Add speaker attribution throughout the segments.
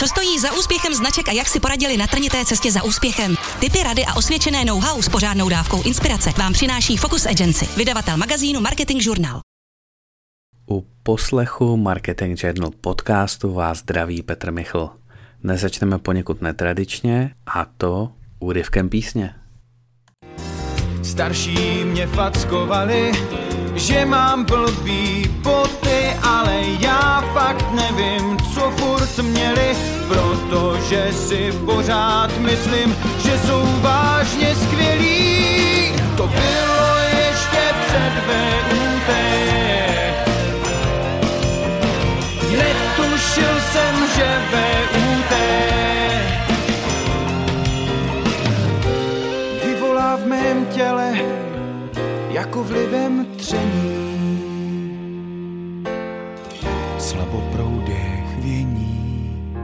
Speaker 1: Co stojí za úspěchem značek a jak si poradili na trnité cestě za úspěchem? Tipy, rady a osvědčené know-how s pořádnou dávkou inspirace vám přináší Focus Agency, vydavatel magazínu Marketing Journal.
Speaker 2: U poslechu Marketing Journal podcastu vás zdraví Petr Michl. Dnes začneme poněkud netradičně, a to úryvkem písně.
Speaker 3: Starší mě fackovali, že mám blbý boty, ale já fakt nevím, co furt měli, protože si pořád myslím, že jsou vážně skvělí. To bylo ještě před VUT. Netušil jsem, že VUT vyvolá v mém těle jako vlivem tření slaboproudé chvění.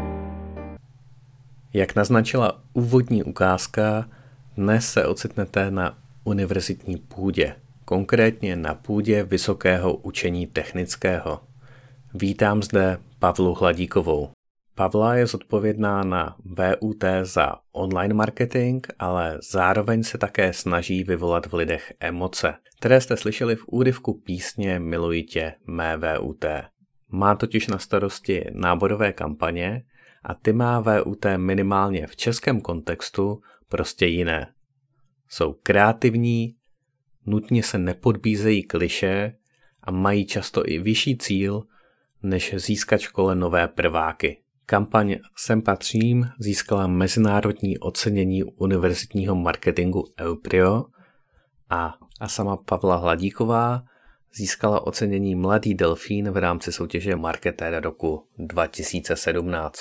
Speaker 2: Jak naznačila úvodní ukázka, dnes se ocitnete na univerzitní půdě, konkrétně na půdě Vysokého učení technického. Vítám zde Pavlu Hladíkovou. Pavla je zodpovědná na VUT za online marketing, ale zároveň se také snaží vyvolat v lidech emoce, které jste slyšeli v úryvku písně Miluji tě, mé VUT. Má totiž na starosti náborové kampaně a ty má VUT minimálně v českém kontextu prostě jiné. Jsou kreativní, nutně se nepodbízejí klišé a mají často i vyšší cíl, než získat škole nové prváky. Kampaň Sem patřím získala mezinárodní ocenění univerzitního marketingu EUPRIO a sama Pavla Hladíková získala ocenění Mladý delfín v rámci soutěže Marketér roku 2017.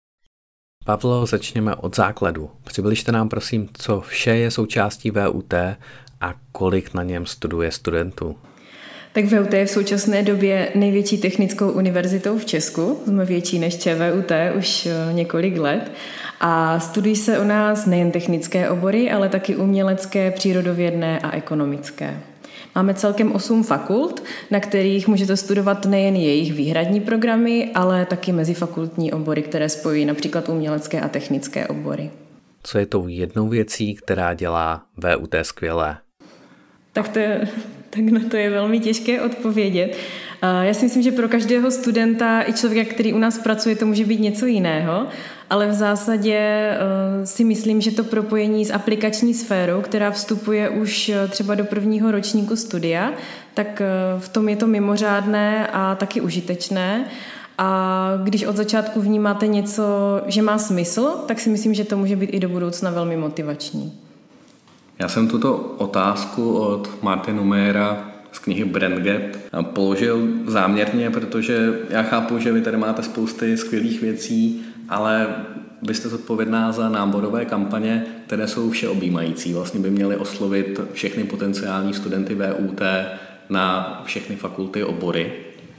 Speaker 2: Pavlo, začněme od základu. Přibližte nám prosím, co vše je součástí VUT a kolik na něm studuje studentů.
Speaker 4: Tak VUT je v současné době největší technickou univerzitou v Česku. Jsme větší než ČVUT už několik let. A studují se u nás nejen technické obory, ale taky umělecké, přírodovědné a ekonomické. Máme celkem 8 fakult, na kterých můžete studovat nejen jejich výhradní programy, ale taky mezifakultní obory, které spojují například umělecké a technické obory.
Speaker 2: Co je tou jednou věcí, která dělá VUT skvělé?
Speaker 4: Tak na to je velmi těžké odpovědět. Já si myslím, že pro každého studenta i člověka, který u nás pracuje, to může být něco jiného, ale v zásadě si myslím, že to propojení s aplikační sférou, která vstupuje už třeba do prvního ročníku studia, tak v tom je to mimořádné a taky užitečné. A když od začátku vnímáte něco, že má smysl, tak si myslím, že to může být i do budoucna velmi motivační.
Speaker 2: Já jsem tuto otázku od Martina Mayera z knihy Brand Gap položil záměrně, protože já chápu, že vy tady máte spousty skvělých věcí, ale vy jste zodpovědná za náborové kampaně, které jsou všeobjímající. Vlastně by měly oslovit všechny potenciální studenty VUT na všechny fakulty, obory.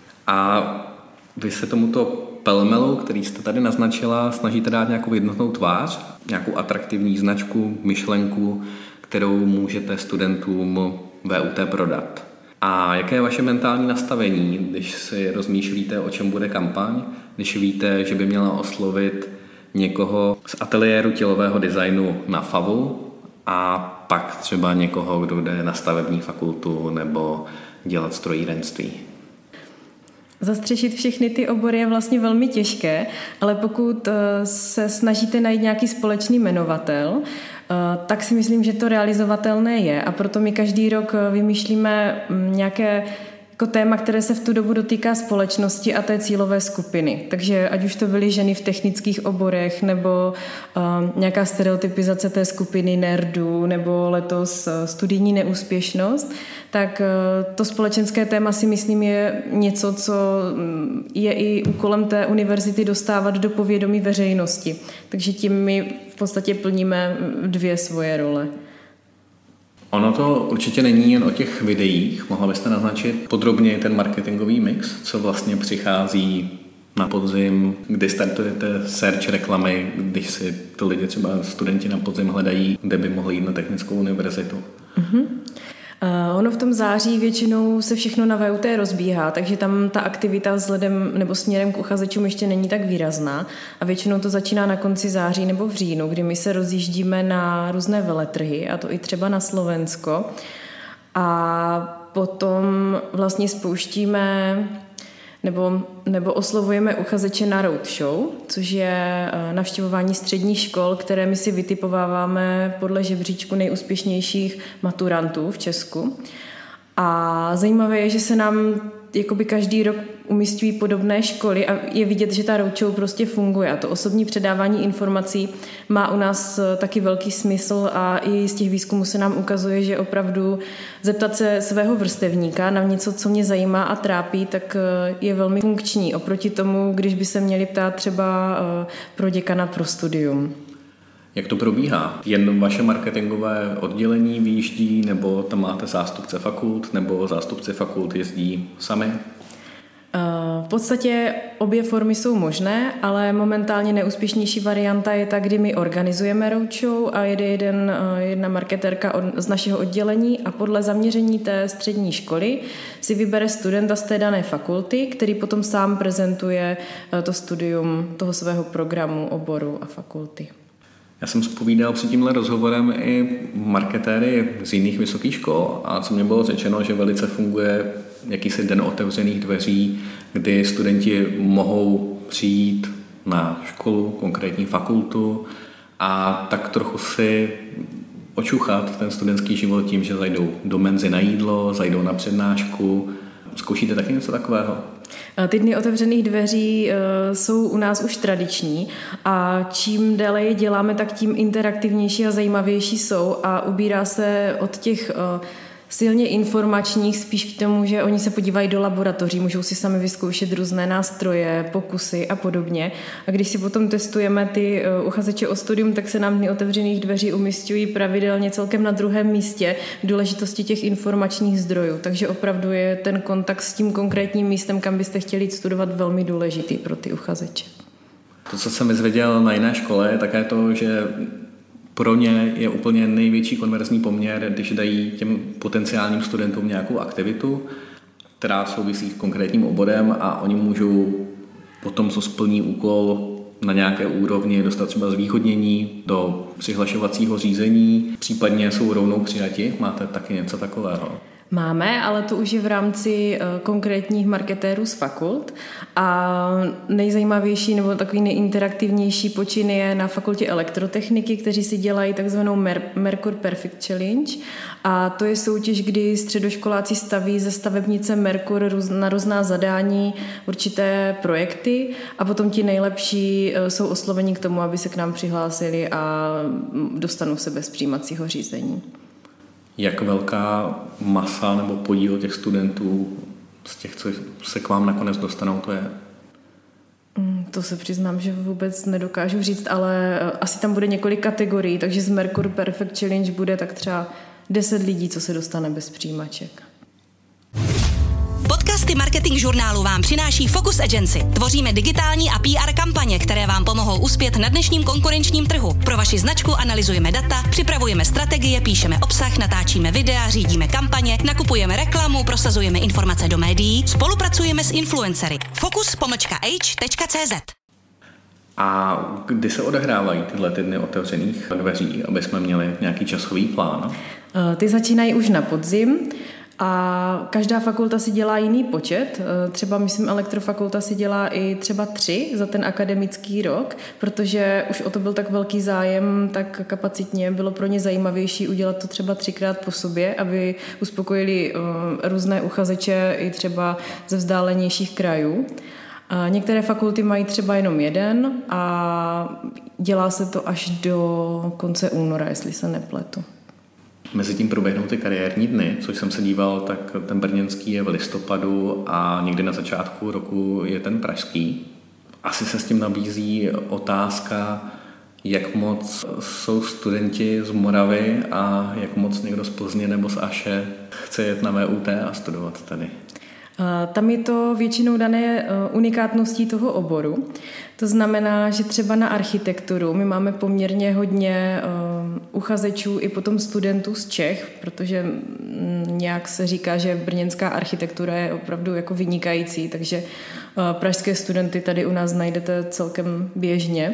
Speaker 2: A vy se tomuto pelmelu, který jste tady naznačila, snažíte dát nějakou jednotnou tvář, nějakou atraktivní značku, myšlenku, kterou můžete studentům VUT prodat. A jaké je vaše mentální nastavení, když si rozmýšlíte, o čem bude kampaň, když víte, že by měla oslovit někoho z ateliéru tělového designu na FAVu a pak třeba někoho, kdo jde na stavební fakultu nebo dělat strojírenství?
Speaker 4: Zastřešit všechny ty obory je vlastně velmi těžké, ale pokud se snažíte najít nějaký společný jmenovatel, tak si myslím, že to realizovatelné je, a proto my každý rok vymýšlíme nějaké jako téma, které se v tu dobu dotýká společnosti a té cílové skupiny. Takže ať už to byly ženy v technických oborech, nebo nějaká stereotypizace té skupiny nerdů, nebo letos studijní neúspěšnost, tak to společenské téma si myslím je něco, co je i úkolem té univerzity dostávat do povědomí veřejnosti. Takže tím my v podstatě plníme dvě svoje role.
Speaker 2: Ono to určitě není jen o těch videích. Mohla byste naznačit podrobně ten marketingový mix, co vlastně přichází na podzim, kdy startujete search reklamy, když si to lidi třeba studenti na podzim hledají, kde by mohli jít na technickou univerzitu?
Speaker 4: Ono v tom září většinou se všechno na VUT rozbíhá, takže tam ta aktivita vzhledem nebo směrem k uchazečům ještě není tak výrazná a většinou to začíná na konci září nebo v říjnu, kdy my se rozjíždíme na různé veletrhy, a to i třeba na Slovensko. A potom vlastně spouštíme nebo oslovujeme uchazeče na roadshow, což je navštěvování středních škol, které my si vytipováváme podle žebříčku nejúspěšnějších maturantů v Česku. A zajímavé je, že se nám jakoby každý rok umísťují podobné školy a je vidět, že ta roadshow prostě funguje. A to osobní předávání informací má u nás taky velký smysl a i z těch výzkumů se nám ukazuje, že opravdu zeptat se svého vrstevníka na něco, co mě zajímá a trápí, tak je velmi funkční oproti tomu, když by se měli ptát třeba pro děkana pro studium.
Speaker 2: Jak to probíhá? Jen vaše marketingové oddělení vyjíždí, nebo tam máte zástupce fakult, nebo zástupci fakult jezdí sami?
Speaker 4: V podstatě obě formy jsou možné, ale momentálně neúspěšnější varianta je ta, kdy my organizujeme roadshow a jede jedna marketérka z našeho oddělení a podle zaměření té střední školy si vybere studenta z té dané fakulty, který potom sám prezentuje to studium toho svého programu, oboru a fakulty.
Speaker 2: Já jsem zpovídal před tímhle rozhovorem i marketéry z jiných vysokých škol a co mě bylo řečeno, že velice funguje jakýsi den otevřených dveří, kdy studenti mohou přijít na školu, konkrétní fakultu a tak trochu si očuchat ten studentský život tím, že zajdou do menzy na jídlo, zajdou na přednášku. Zkoušíte taky něco takového?
Speaker 4: Ty dny otevřených dveří jsou u nás už tradiční a čím déle je děláme, tak tím interaktivnější a zajímavější jsou a ubírá se od těch silně informačních spíš k tomu, že oni se podívají do laboratoří, můžou si sami vyzkoušet různé nástroje, pokusy a podobně. A když si potom testujeme ty uchazeče o studium, tak se nám dny otevřených dveří umisťují pravidelně celkem na druhém místě v důležitosti těch informačních zdrojů. Takže opravdu je ten kontakt s tím konkrétním místem, kam byste chtěli jít studovat, velmi důležitý pro ty uchazeče.
Speaker 2: To, co jsem vyzvěděl na jiné škole, je také to, že pro ně je úplně největší konverzní poměr, když dají těm potenciálním studentům nějakou aktivitu, která souvisí s konkrétním oborem a oni můžou potom, co splní úkol na nějaké úrovni, dostat třeba zvýhodnění do přihlašovacího řízení, případně jsou rovnou přijati. Máte taky něco takového?
Speaker 4: Máme, ale to už je v rámci konkrétních marketérů z fakult a nejzajímavější nebo takový nejinteraktivnější počin je na fakultě elektrotechniky, kteří si dělají takzvanou Merkur Perfect Challenge a to je soutěž, kdy středoškoláci staví ze stavebnice Merkur na různá zadání určité projekty a potom ti nejlepší jsou osloveni k tomu, aby se k nám přihlásili a dostanou se bez přijímacího řízení.
Speaker 2: Jak velká masa nebo podíl těch studentů z těch, co se k vám nakonec dostanou, to je?
Speaker 4: To se přiznám, že vůbec nedokážu říct, ale asi tam bude několik kategorií, takže z Merkur Perfect Challenge bude tak třeba 10 lidí, co se dostane bez přijímaček.
Speaker 1: Podcasty Marketing žurnálu vám přináší Focus Agency. Tvoříme digitální a PR kampaně, které vám pomohou uspět na dnešním konkurenčním trhu. Pro vaši značku analyzujeme data, připravujeme strategie, píšeme obsah, natáčíme videa, řídíme kampaně, nakupujeme reklamu, prosazujeme informace do médií, spolupracujeme s influencery. Focus.age.cz.
Speaker 2: A kdy se odehrávají tyhle dny otevřených dveří, aby jsme měli nějaký časový plán?
Speaker 4: Ty začínají už na podzim. A každá fakulta si dělá jiný počet, třeba myslím elektrofakulta si dělá i třeba 3 za ten akademický rok, protože už o to byl tak velký zájem, tak kapacitně bylo pro ně zajímavější udělat to třeba 3krát po sobě, aby uspokojili různé uchazeče i třeba ze vzdálenějších krajů. A některé fakulty mají třeba jenom jeden a dělá se to až do konce února, jestli se nepletu.
Speaker 2: Mezitím proběhnou ty kariérní dny, což jsem se díval, tak ten brněnský je v listopadu a někdy na začátku roku je ten pražský. Asi se s tím nabízí otázka, jak moc jsou studenti z Moravy a jak moc někdo z Plzně nebo z Aše chce jet na VUT a studovat tady.
Speaker 4: Tam je to většinou dané unikátností toho oboru. To znamená, že třeba na architekturu my máme poměrně hodně uchazečů i potom studentů z Čech, protože nějak se říká, že brněnská architektura je opravdu jako vynikající, takže pražské studenty tady u nás najdete celkem běžně.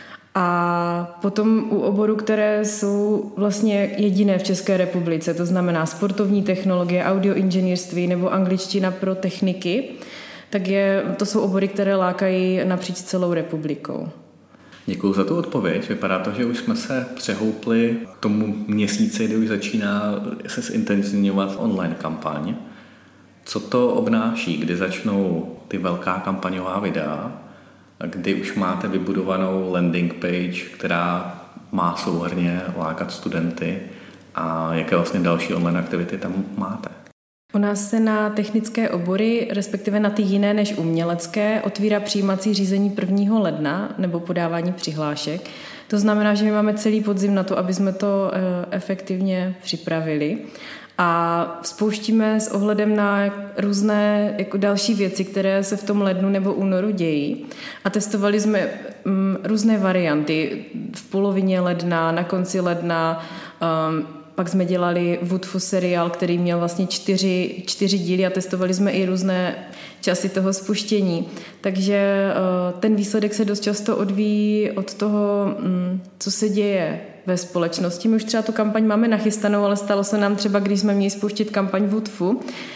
Speaker 4: A potom u oborů, které jsou vlastně jediné v České republice, to znamená sportovní technologie, audioinženýrství nebo angličtina pro techniky, tak to jsou obory, které lákají napříč celou republikou.
Speaker 2: Děkuji za tu odpověď. Vypadá to, že už jsme se přehoupli k tomu měsíci, kdy už začíná se zintenzivňovat online kampaň. Co to obnáší, kdy začnou ty velká kampaňová videa, kdy už máte vybudovanou landing page, která má souhrnně lákat studenty, a jaké vlastně další online aktivity tam máte?
Speaker 4: U nás se na technické obory, respektive na ty jiné než umělecké, otvírá přijímací řízení 1. ledna nebo podávání přihlášek. To znamená, že my máme celý podzim na to, aby jsme to efektivně připravili. A spouštíme s ohledem na různé jako další věci, které se v tom lednu nebo únoru dějí. A testovali jsme různé varianty v polovině ledna, na konci ledna. Pak jsme dělali Woodfu seriál, který měl vlastně 4 díly a testovali jsme i různé časy toho spuštění. Takže ten výsledek se dost často odvíjí od toho, co se děje ve společnosti. My už třeba tu kampaň máme nachystanou, ale stalo se nám třeba, když jsme měli spustit kampaň Woodfu,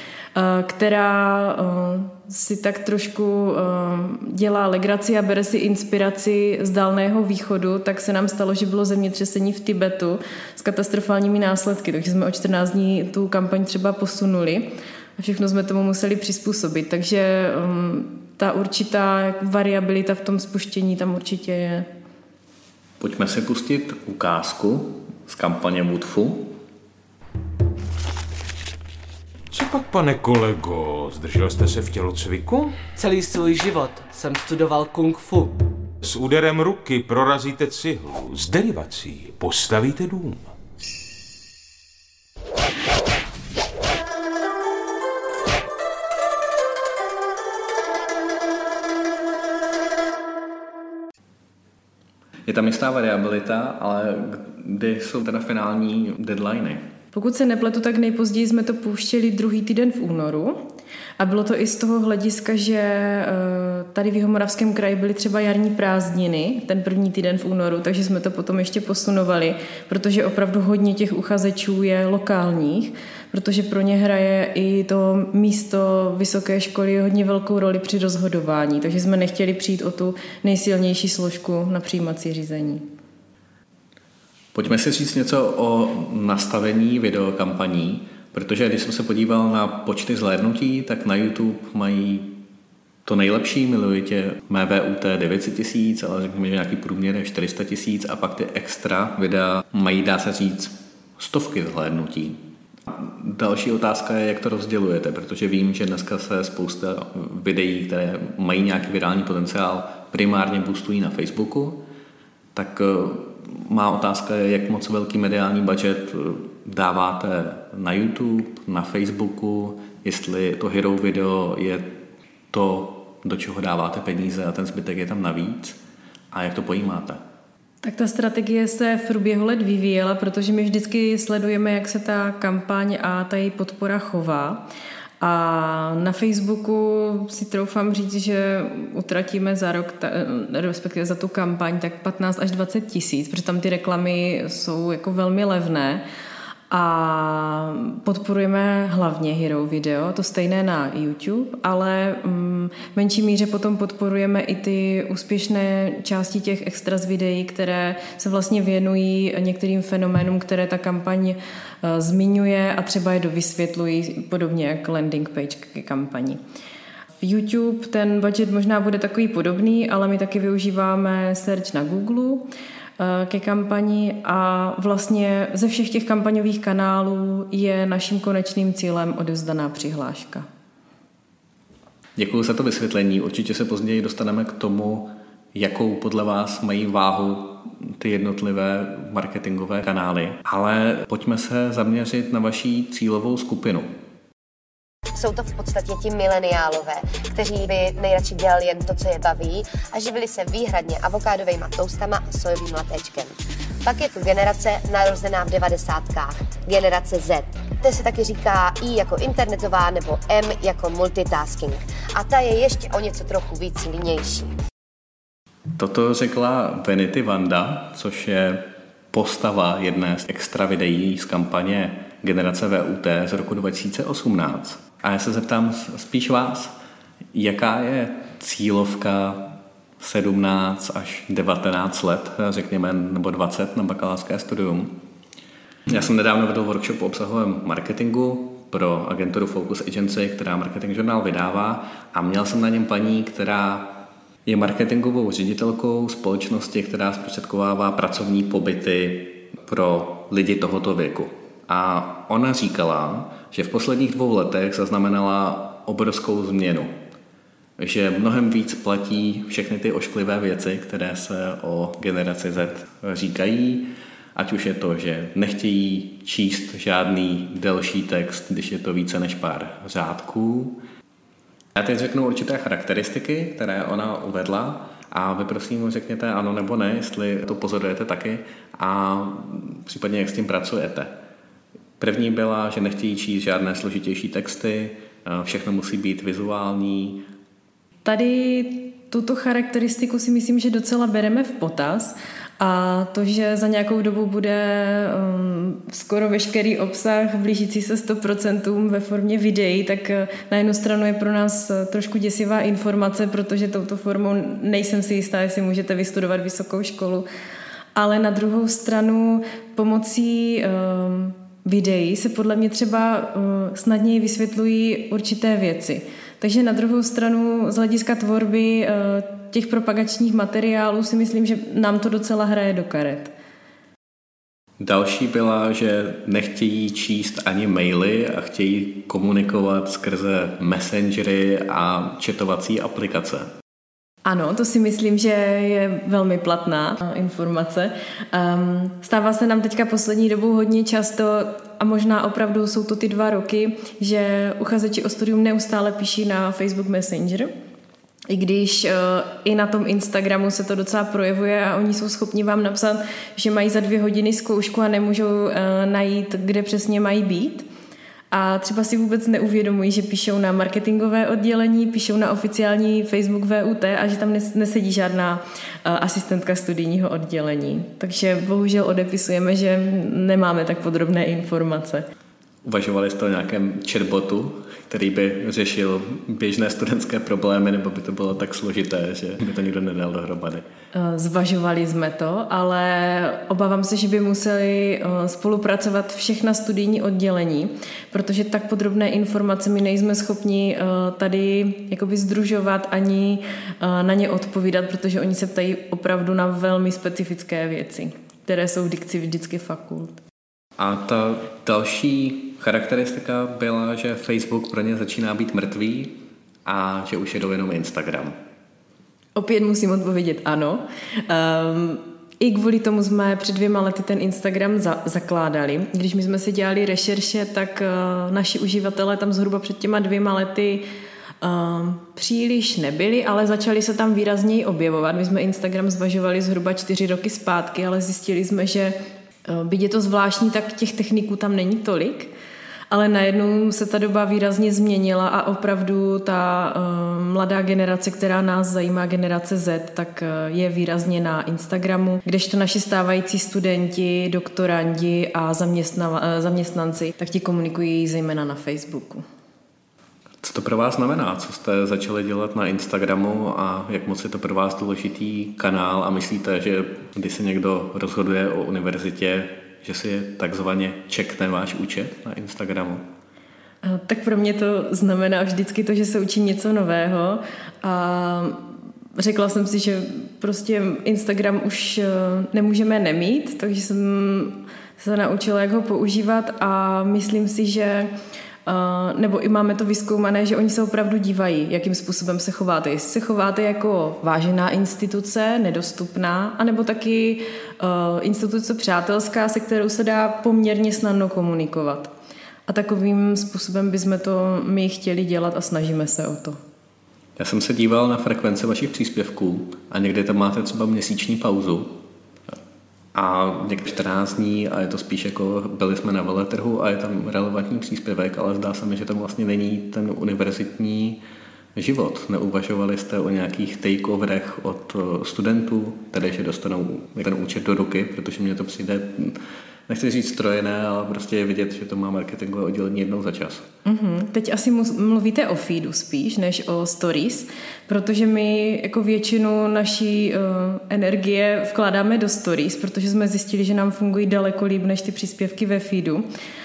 Speaker 4: která si tak trošku dělá legraci a bere si inspiraci z Dálného východu, tak se nám stalo, že bylo zemětřesení v Tibetu s katastrofálními následky, takže jsme o 14 dní tu kampaň třeba posunuli a všechno jsme tomu museli přizpůsobit. Takže ta určitá variabilita v tom spuštění tam určitě je.
Speaker 2: Pojďme si pustit ukázku z kampaně Woodfu.
Speaker 5: Co pak, pane kolego, zdržel jste se v tělocviku?
Speaker 6: Celý svůj život jsem studoval kung fu.
Speaker 5: S úderem ruky prorazíte cihlu, s derivací postavíte dům.
Speaker 2: Je tam jistá variabilita, ale kdy jsou teda finální deadliny?
Speaker 4: Pokud se nepletu, tak nejpozději jsme to pouštěli 2. týden v únoru a bylo to i z toho hlediska, že tady v Jihomoravském kraji byly třeba jarní prázdniny, ten 1. týden v únoru, takže jsme to potom ještě posunovali, protože opravdu hodně těch uchazečů je lokálních, protože pro ně hraje i to místo vysoké školy hodně velkou roli při rozhodování, takže jsme nechtěli přijít o tu nejsilnější složku na přijímací řízení.
Speaker 2: Pojďme si říct něco o nastavení videokampaní, protože když jsem se podíval na počty zhlédnutí, tak na YouTube mají to nejlepší, miluji tě, mé VUT 900 000, ale řekněme, že nějaký průměr je 400 000 a pak ty extra videa mají, dá se říct, stovky zhlédnutí. Další otázka je, jak to rozdělujete, protože vím, že dneska se spousta videí, které mají nějaký virální potenciál, primárně boostují na Facebooku, tak má otázka je, jak moc velký mediální budget dáváte na YouTube, na Facebooku, jestli to hero video je to, do čeho dáváte peníze a ten zbytek je tam navíc a jak to pojímáte.
Speaker 4: Tak ta strategie se v průběhu let vyvíjela, protože my vždycky sledujeme, jak se ta kampaň a ta její podpora chová. A na Facebooku si troufám říct, že utratíme za rok, respektive za tu kampaň, tak 15 až 20 tisíc, protože tam ty reklamy jsou jako velmi levné. A podporujeme hlavně hero video, to stejné na YouTube, ale v menší míře potom podporujeme i ty úspěšné části těch extras videí, které se vlastně věnují některým fenoménům, které ta kampaň zmiňuje a třeba je dovysvětlují, podobně jak landing page ke kampani. V YouTube ten budget možná bude takový podobný, ale my taky využíváme search na Google ke kampani a vlastně ze všech těch kampaňových kanálů je naším konečným cílem odevzdaná přihláška.
Speaker 2: Děkuji za to vysvětlení. Určitě se později dostaneme k tomu, jakou podle vás mají váhu ty jednotlivé marketingové kanály. Ale pojďme se zaměřit na vaši cílovou skupinu.
Speaker 7: Jsou to v podstatě ti mileniálové, kteří by nejradši dělali jen to, co je baví a živili se výhradně avokádovejma toustama a sojovým latéčkem. Pak je tu generace narozená v 90kách, generace Z. To se taky říká I jako internetová nebo M jako multitasking. A ta je ještě o něco trochu víc línější.
Speaker 2: Toto řekla Vanity Vanda, což je postava jedné z extra videí z kampaně generace VUT z roku 2018. A já se zeptám spíš vás, jaká je cílovka 17 až 19 let, řekněme, nebo 20 na bakalářské studium. Já jsem nedávno vedl workshop o obsahovém marketingu pro agenturu Focus Agency, která marketing žurnál vydává, a měl jsem na něm paní, která je marketingovou ředitelkou společnosti, která zprostředkovává pracovní pobyty pro lidi tohoto věku. A ona říkala, že v posledních 2 letech zaznamenala obrovskou změnu. Že mnohem víc platí všechny ty ošklivé věci, které se o generaci Z říkají, ať už je to, že nechtějí číst žádný delší text, když je to více než pár řádků. Já teď řeknu určité charakteristiky, které ona uvedla, a vy prosím řekněte ano nebo ne, jestli to pozorujete taky a případně jak s tím pracujete. První byla, že nechtějí číst žádné složitější texty, všechno musí být vizuální.
Speaker 4: Tady tuto charakteristiku si myslím, že docela bereme v potaz, a to, že za nějakou dobu bude skoro veškerý obsah blížící se 100% ve formě videí, tak na jednu stranu je pro nás trošku děsivá informace, protože touto formou nejsem si jistá, jestli můžete vystudovat vysokou školu, ale na druhou stranu pomocí videí se podle mě třeba snadněji vysvětlují určité věci. Takže na druhou stranu z hlediska tvorby těch propagačních materiálů si myslím, že nám to docela hraje do karet.
Speaker 2: Další byla, že nechtějí číst ani maily a chtějí komunikovat skrze messengery a chatovací aplikace.
Speaker 4: Ano, to si myslím, že je velmi platná informace. Stává se nám teďka poslední dobou hodně často, a možná opravdu jsou to ty 2 roky, že uchazeči o studium neustále píší na Facebook Messenger, i když i na tom Instagramu se to docela projevuje a oni jsou schopni vám napsat, že mají za 2 hodiny zkoušku a nemůžou najít, kde přesně mají být. A třeba si vůbec neuvědomují, že píšou na marketingové oddělení, píšou na oficiální Facebook VUT a že tam nesedí žádná asistentka studijního oddělení. Takže bohužel odepisujeme, že nemáme tak podrobné informace.
Speaker 2: Uvažovali jste o nějakém chatbotu, který by řešil běžné studentské problémy, nebo by to bylo tak složité, že by to nikdo nedal dohromady?
Speaker 4: Zvažovali jsme to, ale obávám se, že by museli spolupracovat všechna studijní oddělení, protože tak podrobné informace my nejsme schopni tady jakoby sdružovat ani na ně odpovídat, protože oni se ptají opravdu na velmi specifické věci, které jsou v dikci vždycky fakult.
Speaker 2: A ta další charakteristika byla, že Facebook pro ně začíná být mrtvý a že už jedou jenom Instagram.
Speaker 4: Opět musím odpovědět ano. I kvůli tomu jsme před 2 lety ten Instagram zakládali. Když my jsme si dělali rešerše, tak naši uživatelé tam zhruba před těma 2 lety příliš nebyli, ale začali se tam výrazněji objevovat. My jsme Instagram zvažovali zhruba 4 roky zpátky, ale zjistili jsme, že byť je to zvláštní, tak těch techniků tam není tolik, ale najednou se ta doba výrazně změnila a opravdu ta mladá generace, která nás zajímá, generace Z, tak je výrazně na Instagramu, kdežto naši stávající studenti, doktorandi a zaměstnanci, tak ti komunikují zejména na Facebooku.
Speaker 2: Co to pro vás znamená? Co jste začali dělat na Instagramu a jak moc je to pro vás důležitý kanál a myslíte, že když se někdo rozhoduje o univerzitě, že si takzvaně čekne váš účet na Instagramu?
Speaker 4: Tak pro mě to znamená vždycky to, že se učím něco nového a řekla jsem si, že prostě Instagram už nemůžeme nemít, takže jsem se naučila, jak ho používat a myslím si, že nebo i máme to vyzkoumané, že oni se opravdu dívají, jakým způsobem se chováte. Jestli se chováte jako vážená instituce, nedostupná, anebo taky instituce přátelská, se kterou se dá poměrně snadno komunikovat. A takovým způsobem bychom to my chtěli dělat a snažíme se o to.
Speaker 2: Já jsem se díval na frekvence vašich příspěvků a někdy tam máte třeba měsíční pauzu a někdy 14 dní a je to spíš jako byli jsme na veletrhu a je tam relevantní příspěvek, ale zdá se mi, že tam vlastně není ten univerzitní život. Neuvažovali jste o nějakých takeoverech od studentů, tedy že dostanou ten účet do ruky, protože mně to přijde, nechci říct strojené, ale prostě je vidět, že to má marketingové oddělení jednou za čas.
Speaker 4: Teď asi mluvíte o feedu spíš, než o stories, protože my jako většinu naší energie vkládáme do stories, protože jsme zjistili, že nám fungují daleko líp než ty příspěvky ve feedu.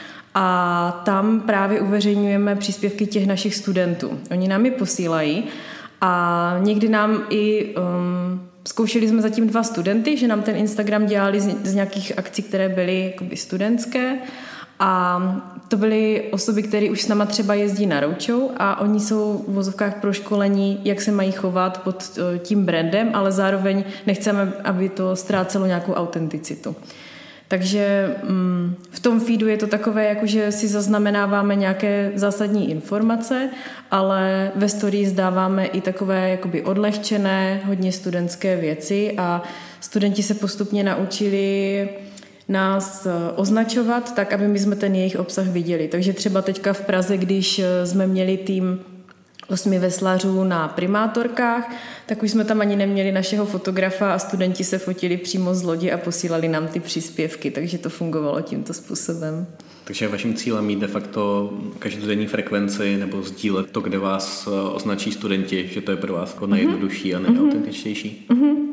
Speaker 4: A tam právě uveřejňujeme příspěvky těch našich studentů. Oni nám je posílají a někdy nám i zkoušeli jsme zatím 2 studenty, že nám ten Instagram dělali z nějakých akcí, které byly jakoby studentské a to byly osoby, které už s náma třeba jezdí na roadshow a oni jsou v vozovkách proškolení, jak se mají chovat pod tím brandem, ale zároveň nechceme, aby to ztrácelo nějakou autenticitu. Takže v tom feedu je to takové, jako že si zaznamenáváme nějaké zásadní informace, ale ve stories dáváme i takové jakoby odlehčené, hodně studentské věci a studenti se postupně naučili nás označovat tak, aby my jsme ten jejich obsah viděli. Takže třeba teďka v Praze, když jsme měli tým 8 veslařů na primátorkách, tak už jsme tam ani neměli našeho fotografa a studenti se fotili přímo z lodi a posílali nám ty příspěvky, takže to fungovalo tímto způsobem.
Speaker 2: Takže vaším cílem mít de facto každodenní frekvenci nebo sdílet to, kde vás označí studenti, že to je pro vás jako nejjednodušší a nejautentičtější?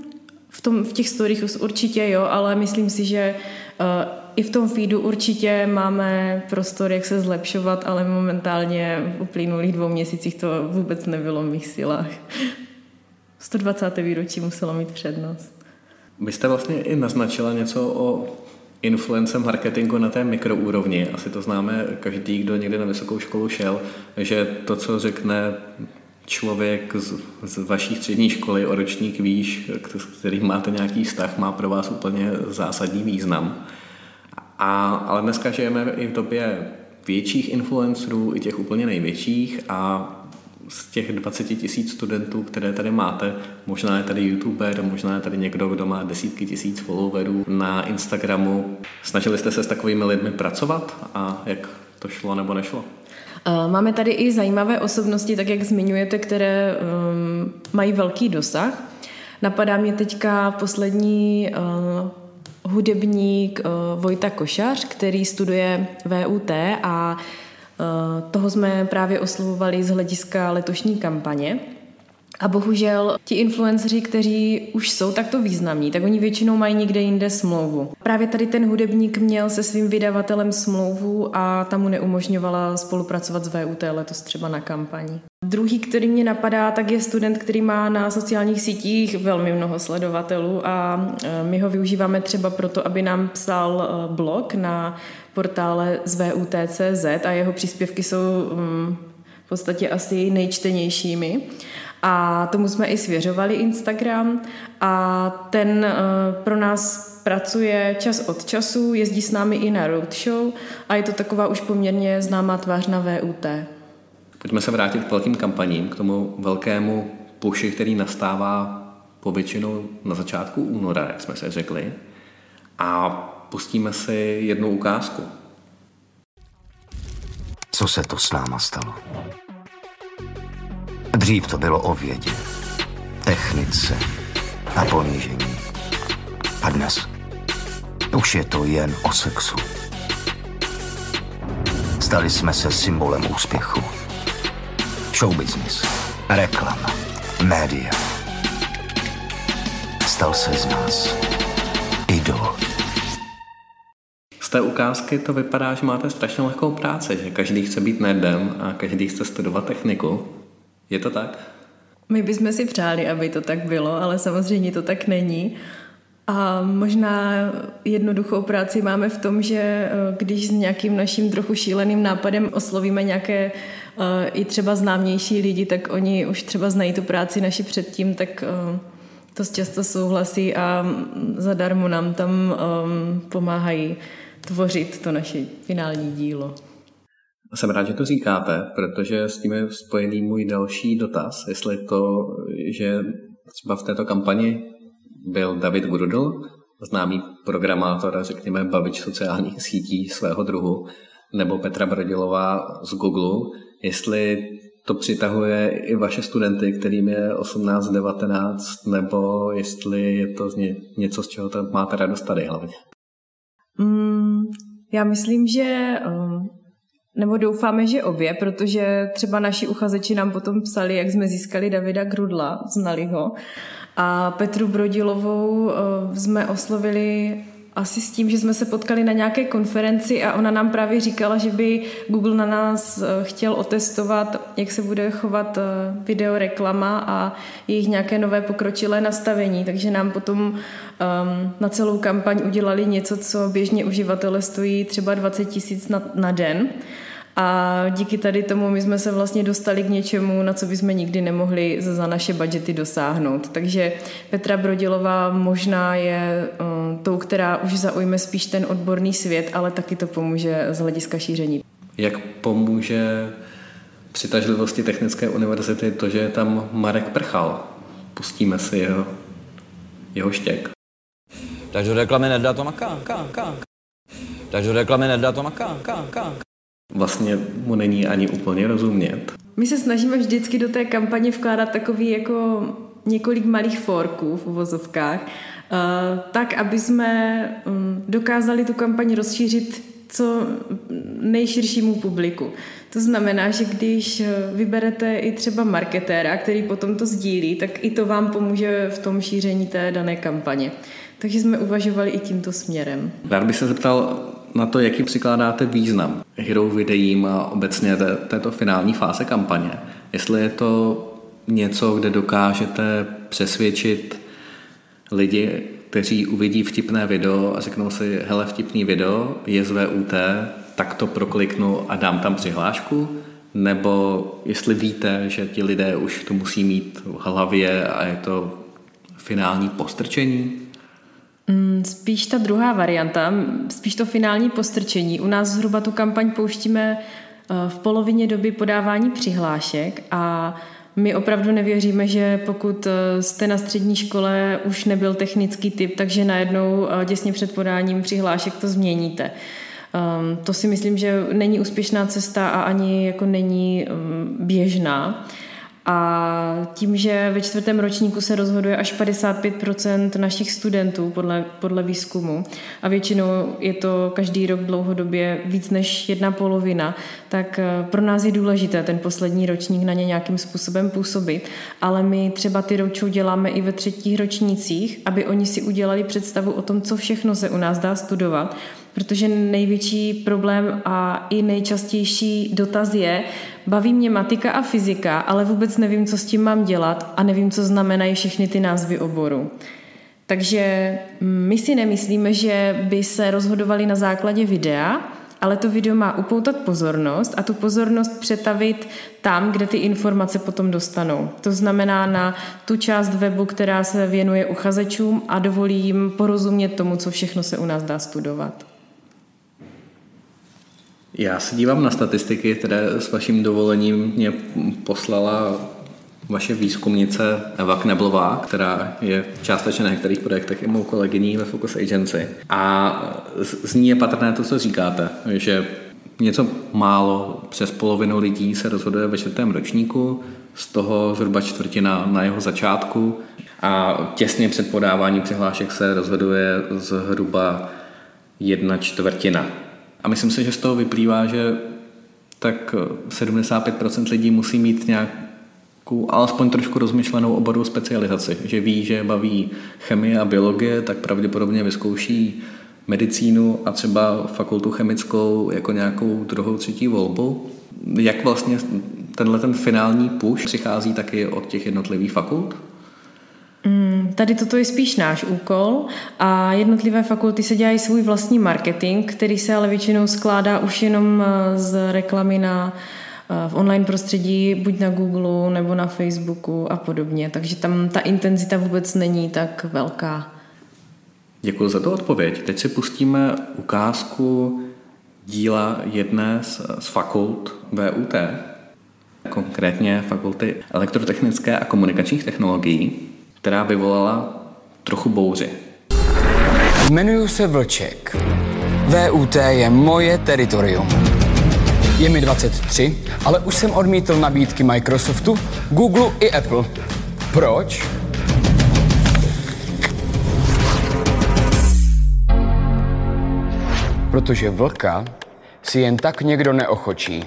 Speaker 4: V těch stories určitě jo, ale myslím si, že i v tom feedu určitě máme prostor, jak se zlepšovat, ale momentálně v uplynulých 2 měsících to vůbec nebylo v mých silách. 120. výročí muselo mít přednost.
Speaker 2: Vy jste vlastně i naznačila něco o influence marketingu na té mikroúrovni. Asi to známe každý, kdo někdy na vysokou školu šel, že to, co řekne člověk z vaší střední školy o ročník výš, s kterým máte nějaký vztah, má pro vás úplně zásadní význam. Ale dneska žijeme i v době větších influencerů, i těch úplně největších a z těch 20 000 studentů, které tady máte, možná je tady youtuber, možná je tady někdo, kdo má desítky tisíc followerů na Instagramu. Snažili jste se s takovými lidmi pracovat a jak to šlo nebo nešlo?
Speaker 4: Máme tady i zajímavé osobnosti, tak jak zmiňujete, které mají velký dosah. Napadá mě teďka poslední hudebník Vojta Košař, který studuje VUT a toho jsme právě oslovovali z hlediska letošní kampaně. A bohužel ti influenceři, kteří už jsou takto významní, tak oni většinou mají někde jinde smlouvu. Právě tady ten hudebník měl se svým vydavatelem smlouvu a ta mu neumožňovala spolupracovat s VUT letos třeba na kampani. Druhý, který mě napadá, tak je student, který má na sociálních sítích velmi mnoho sledovatelů a my ho využíváme třeba proto, aby nám psal blog na portále z VUT.cz a jeho příspěvky jsou v podstatě asi nejčtenějšími. A tomu jsme i svěřovali Instagram a ten pro nás pracuje čas od času, jezdí s námi i na roadshow a je to taková už poměrně známá tvář na VUT.
Speaker 2: Pojďme se vrátit k velkým kampaním, k tomu velkému puši, který nastává povětšinou na začátku února, jak jsme se řekli. A pustíme si jednu ukázku.
Speaker 8: Co se to s náma stalo? Dřív to bylo o vědě, technice a ponížení. A dnes už je to jen o sexu. Stali jsme se symbolem úspěchu. Showbusiness, reklama, média. Stal se z nás idol.
Speaker 2: Z té ukázky to vypadá, že máte strašně lehkou práci, že každý chce být nerdem a každý chce studovat techniku. Je to tak?
Speaker 4: My bychom si přáli, aby to tak bylo, ale samozřejmě to tak není. A možná jednoduchou práci máme v tom, že když s nějakým naším trochu šíleným nápadem oslovíme nějaké i třeba známější lidi, tak oni už třeba znají tu práci naši předtím, tak to často souhlasí a zadarmo nám tam pomáhají tvořit to naše finální dílo.
Speaker 2: Jsem rád, že to říkáte, protože s tím je spojený můj další dotaz, jestli to, že třeba v této kampani byl David Grudl, známý programátor a řekněme bavič sociálních sítí svého druhu, nebo Petra Brodilová z Google, jestli to přitahuje i vaše studenty, kterým je 18-19, nebo jestli je to něco, z čeho máte radost tady hlavně?
Speaker 4: Já myslím, že nebo doufáme, že obě, protože třeba naši uchazeči nám potom psali, jak jsme získali Davida Grudla, znali ho, a Petru Brodilovou jsme oslovili asi s tím, že jsme se potkali na nějaké konferenci a ona nám právě říkala, že by Google na nás chtěl otestovat, jak se bude chovat videoreklama a jejich nějaké nové pokročilé nastavení, takže nám potom na celou kampaň udělali něco, co běžně uživatele stojí třeba 20 000 na den. A díky tady tomu my jsme se vlastně dostali k něčemu, na co bychom nikdy nemohli za naše budžety dosáhnout. Takže Petra Brodilová možná je tou, která už zaujme spíš ten odborný svět, ale taky to pomůže z hlediska šíření.
Speaker 2: Jak pomůže přitažlivosti Technické univerzity to, že je tam Marek Prchal? Pustíme si jeho štěk.
Speaker 9: Takže do reklamy nedá to maká. Takže do reklamy nedá to maká.
Speaker 2: Vlastně mu není ani úplně rozumět.
Speaker 4: My se snažíme vždycky do té kampaně vkládat takový jako několik malých forků v uvozovkách, tak, aby jsme dokázali tu kampaň rozšířit co nejširšímu publiku. To znamená, že když vyberete i třeba marketéra, který potom to sdílí, tak i to vám pomůže v tom šíření té dané kampaně. Takže jsme uvažovali i tímto směrem.
Speaker 2: Rád bych se zeptal na to, jaký přikládáte význam hero videím a obecně této finální fáze kampaně. Jestli je to něco, kde dokážete přesvědčit lidi, kteří uvidí vtipné video a řeknou si, hele, vtipný video, je z VUT, tak to prokliknu a dám tam přihlášku, nebo jestli víte, že ti lidé už to musí mít v hlavě a je to finální postrčení?
Speaker 4: Spíš ta druhá varianta, spíš to finální postrčení. U nás zhruba tu kampaň pouštíme v polovině doby podávání přihlášek a my opravdu nevěříme, že pokud jste na střední škole už nebyl technický typ, takže najednou těsně před podáním přihlášek to změníte. To si myslím, že není úspěšná cesta a ani jako není běžná. A tím, že ve 4. ročníku se rozhoduje až 55% našich studentů podle výzkumu a většinou je to každý rok dlouhodobě víc než 1/2, tak pro nás je důležité ten poslední ročník na ně nějakým způsobem působit, ale my třeba ty roadshow děláme i ve 3. ročnících, aby oni si udělali představu o tom, co všechno se u nás dá studovat, protože největší problém a i nejčastější dotaz je, baví mě matika a fyzika, ale vůbec nevím, co s tím mám dělat a nevím, co znamenají všechny ty názvy oboru. Takže my si nemyslíme, že by se rozhodovali na základě videa, ale to video má upoutat pozornost a tu pozornost přetavit tam, kde ty informace potom dostanou. To znamená na tu část webu, která se věnuje uchazečům a dovolí jim porozumět tomu, co všechno se u nás dá studovat.
Speaker 2: Já se dívám na statistiky, které s vaším dovolením mě poslala vaše výzkumnice Eva Kneblová, která je částečně na některých projektech i mou kolegyní ve Focus Agency. A z ní je patrné to, co říkáte, že něco málo přes polovinu lidí se rozhoduje ve 4. ročníku, z toho zhruba 1/4 na jeho začátku a těsně před podáváním přihlášek se rozhoduje zhruba 1/4. A myslím si, že z toho vyplývá, že tak 75% lidí musí mít nějakou alespoň trošku rozmyšlenou oborovou specializaci. Že ví, že baví chemie a biologie, tak pravděpodobně vyzkouší medicínu a třeba fakultu chemickou jako nějakou 2., 3. volbu. Jak vlastně ten finální push přichází taky od těch jednotlivých fakult?
Speaker 4: Tady toto je spíš náš úkol a jednotlivé fakulty se dělají svůj vlastní marketing, který se ale většinou skládá už jenom z reklamy v online prostředí, buď na Google nebo na Facebooku a podobně. Takže tam ta intenzita vůbec není tak velká.
Speaker 2: Děkuji za tu odpověď. Teď si pustíme ukázku díla jedné z fakult VUT, konkrétně fakulty elektrotechnické a komunikačních technologií, která vyvolala trochu bouři.
Speaker 10: Jmenuji se Vlček. VUT je moje teritorium. Je mi 23, ale už jsem odmítl nabídky Microsoftu, Google i Apple. Proč? Protože vlka si jen tak někdo neochočí.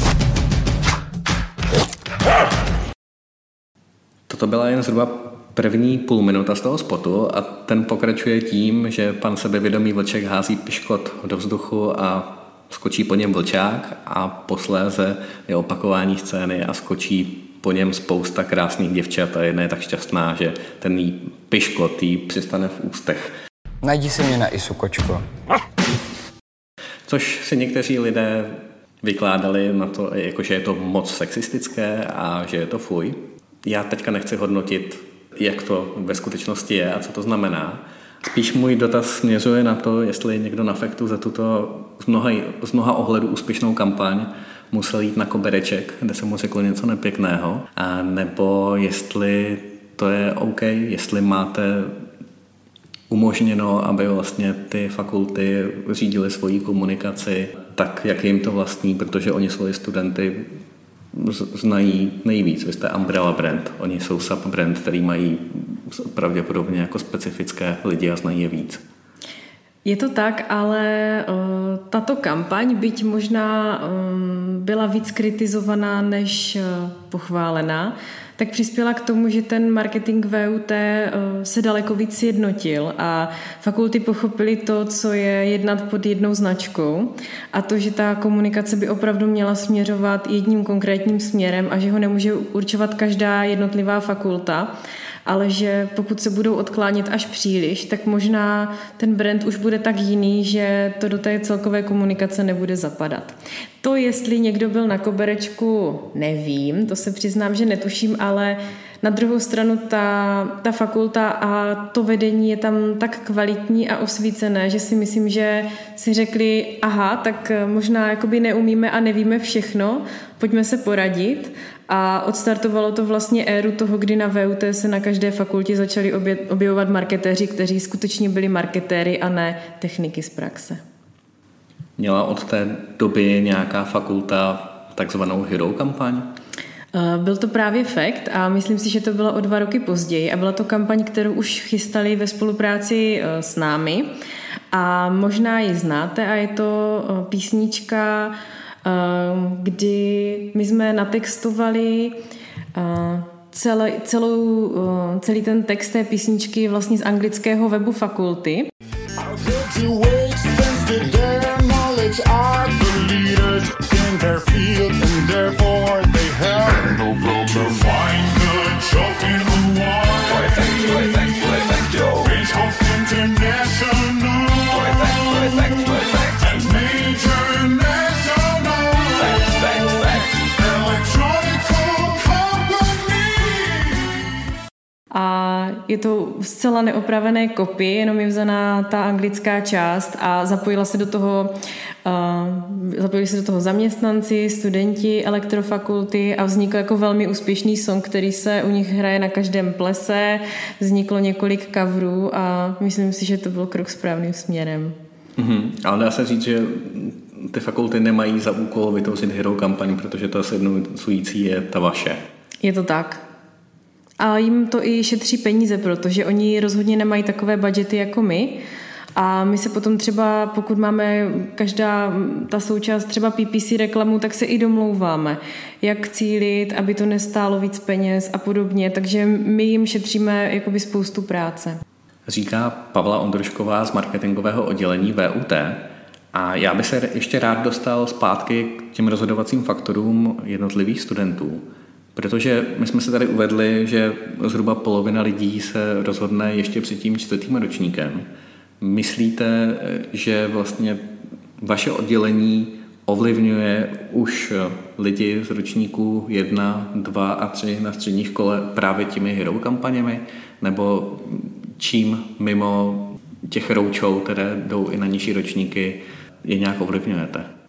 Speaker 2: Toto byla jen zhruba první půl minuta z toho spotu a ten pokračuje tím, že pan sebevědomý vlček hází piškot do vzduchu a skočí po něm vlčák a posléze je opakování scény a skočí po něm spousta krásných děvčat a jedna je tak šťastná, že ten jí piškot jí přistane v ústech.
Speaker 10: Najdi si mě na ISU, kočko.
Speaker 2: Což si někteří lidé vykládali na to, jako že je to moc sexistické a že je to fuj. Já teďka nechci hodnotit, jak to ve skutečnosti je a co to znamená. Spíš můj dotaz směřuje na to, jestli někdo na Faktu za tuto z mnoha ohledů úspěšnou kampaň musel jít na kobereček, kde se mu řeklo něco nepěkného, a nebo jestli to je OK, jestli máte umožněno, aby vlastně ty fakulty řídily svoji komunikaci tak, jak jim to vlastní, protože oni svoje studenty znají nejvíc. Vy jste umbrella brand, oni jsou sub-brand, který mají pravděpodobně jako specifické lidi a znají je víc.
Speaker 4: Je to tak, ale tato kampaň, byť možná byla víc kritizovaná než pochválená, tak přispěla k tomu, že ten marketing VUT se daleko víc sjednotil a fakulty pochopily to, co je jednat pod jednou značkou a to, že ta komunikace by opravdu měla směřovat jedním konkrétním směrem a že ho nemůže určovat každá jednotlivá fakulta, ale že pokud se budou odklánět až příliš, tak možná ten brand už bude tak jiný, že to do té celkové komunikace nebude zapadat. To, jestli někdo byl na koberečku, nevím, to se přiznám, že netuším, ale na druhou stranu ta fakulta a to vedení je tam tak kvalitní a osvícené, že si myslím, že si řekli, aha, tak možná jakoby neumíme a nevíme všechno, pojďme se poradit. A odstartovalo to vlastně éru toho, kdy na VUT se na každé fakultě začali objevovat marketéři, kteří skutečně byli marketéry a ne techniky z praxe.
Speaker 2: Měla od té doby nějaká fakulta takzvanou hero kampaň?
Speaker 4: Byl to právě Fakt a myslím si, že to bylo o 2 roky později a byla to kampaň, kterou už chystali ve spolupráci s námi a možná ji znáte a je to písnička, kdy my jsme natextovali celý ten text té písničky vlastně z anglického webu fakulty. A je to zcela neopravené kopy, jenom je vzaná ta anglická část a zapojili se do toho zaměstnanci, studenti elektrofakulty a vznikl jako velmi úspěšný song, který se u nich hraje na každém plese, vzniklo několik coverů a myslím si, že to byl krok správným směrem.
Speaker 2: Ale dá se říct, že ty fakulty nemají za úkol vytvořit hero kampaň, protože ta sjednocující je ta vaše. Je to tak.
Speaker 4: A jim to i šetří peníze, protože oni rozhodně nemají takové budžety jako my. A my se potom třeba, pokud máme každá ta součást třeba PPC reklamu, tak se i domlouváme, jak cílit, aby to nestálo víc peněz a podobně. Takže my jim šetříme jakoby spoustu práce.
Speaker 2: Říká Pavla Ondrušková z marketingového oddělení VUT. A já bych se ještě rád dostal zpátky k těm rozhodovacím faktorům jednotlivých studentů. Protože my jsme se tady uvedli, že zhruba polovina lidí se rozhodne ještě před tím 4. ročníkem. Myslíte, že vlastně vaše oddělení ovlivňuje už lidi z ročníků 1, 2 a 3 na střední škole právě těmi hero kampaněmi? Nebo čím mimo těch roadshow, které jdou i na nižší ročníky, je nějak ovlivňujete?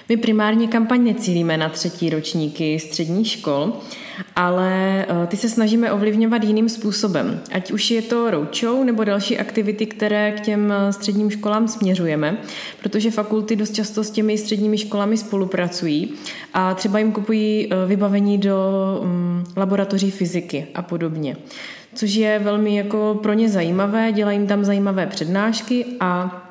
Speaker 4: My primárně kampaň necílíme na 3. ročníky středních škol, ale ty se snažíme ovlivňovat jiným způsobem. Ať už je to roadshow nebo další aktivity, které k těm středním školám směřujeme, protože fakulty dost často s těmi středními školami spolupracují a třeba jim kupují vybavení do laboratoří fyziky a podobně. Což je velmi jako pro ně zajímavé, dělají jim tam zajímavé přednášky a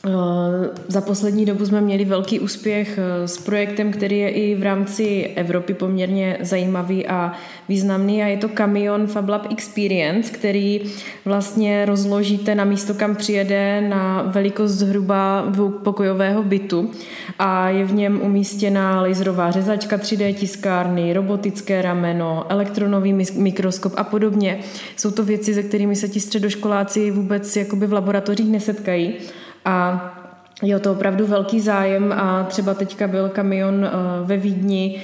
Speaker 4: za poslední dobu jsme měli velký úspěch s projektem, který je i v rámci Evropy poměrně zajímavý a významný a je to Kamion FabLab Experience, který vlastně rozložíte na místo, kam přijede, na velikost zhruba 2pokojového bytu a je v něm umístěna laserová řezačka, 3D tiskárny, robotické rameno, elektronový mikroskop a podobně. Jsou to věci, se kterými se ti středoškoláci vůbec jakoby v laboratořích nesetkají. A je to opravdu velký zájem a třeba teďka byl Kamion ve Vídni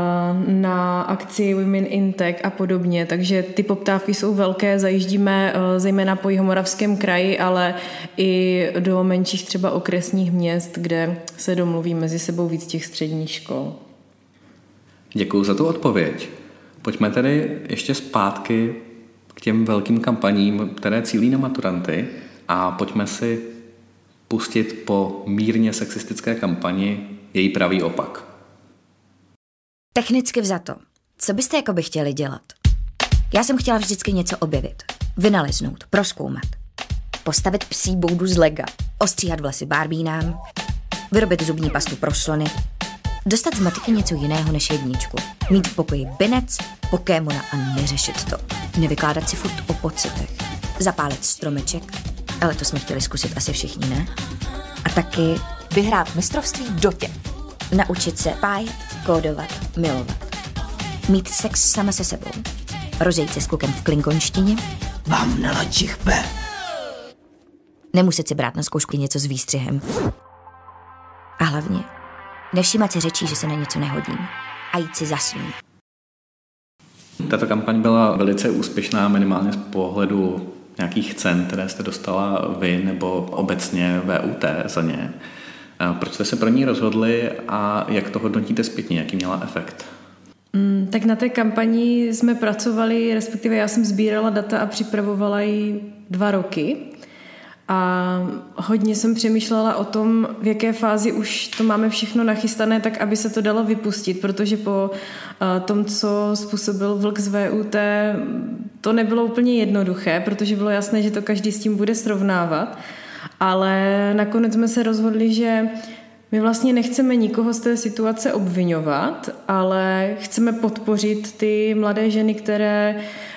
Speaker 4: na akci Women in Tech a podobně, takže ty poptávky jsou velké, zajíždíme zejména po Jihomoravském kraji, ale i do menších třeba okresních měst, kde se domluví mezi sebou víc těch středních škol.
Speaker 2: Děkuju za tu odpověď. Pojďme tedy ještě zpátky k těm velkým kampaním, které cílí na maturanty a pojďme si pustit po mírně sexistické kampani její pravý opak.
Speaker 11: Technicky vzato, co byste jakoby chtěli dělat? Já jsem chtěla vždycky něco objevit, vynaleznout, prozkoumat. Postavit psí boudu z lega, ostříhat vlasy barbínám, vyrobit zubní pastu pro slony, dostat z matiky něco jiného než jedničku, mít v pokoji binec, Pokémona a neřešit to. Nevykládat si furt o pocitech, zapálit stromeček, ale to jsme chtěli zkusit asi všichni, ne? A taky vyhrát mistrovství v dotě. Naučit se pájet, kódovat, milovat. Mít sex sama se sebou. Rozejít se s klukem v klingonštině.
Speaker 8: Vám nelačichpe.
Speaker 11: Nemuset si brát na zkoušku něco s výstřihem. A hlavně nevšímat si řečí, že se na něco nehodím. A jít si za svým.
Speaker 2: Tato kampaň byla velice úspěšná minimálně z pohledu nějakých cen, které jste dostala vy nebo obecně VUT za ně. Proč jste se pro ní rozhodli a jak to hodnotíte zpětně, jaký měla efekt?
Speaker 4: Tak na té kampani jsme pracovali, respektive já jsem sbírala data a připravovala ji 2 roky. A hodně jsem přemýšlela o tom, v jaké fázi už to máme všechno nachystané, tak aby se to dalo vypustit, protože po tom, co způsobil vlk z VUT, to nebylo úplně jednoduché, protože bylo jasné, že to každý s tím bude srovnávat, ale nakonec jsme se rozhodli, že my vlastně nechceme nikoho z té situace obviňovat, ale chceme podpořit ty mladé ženy, které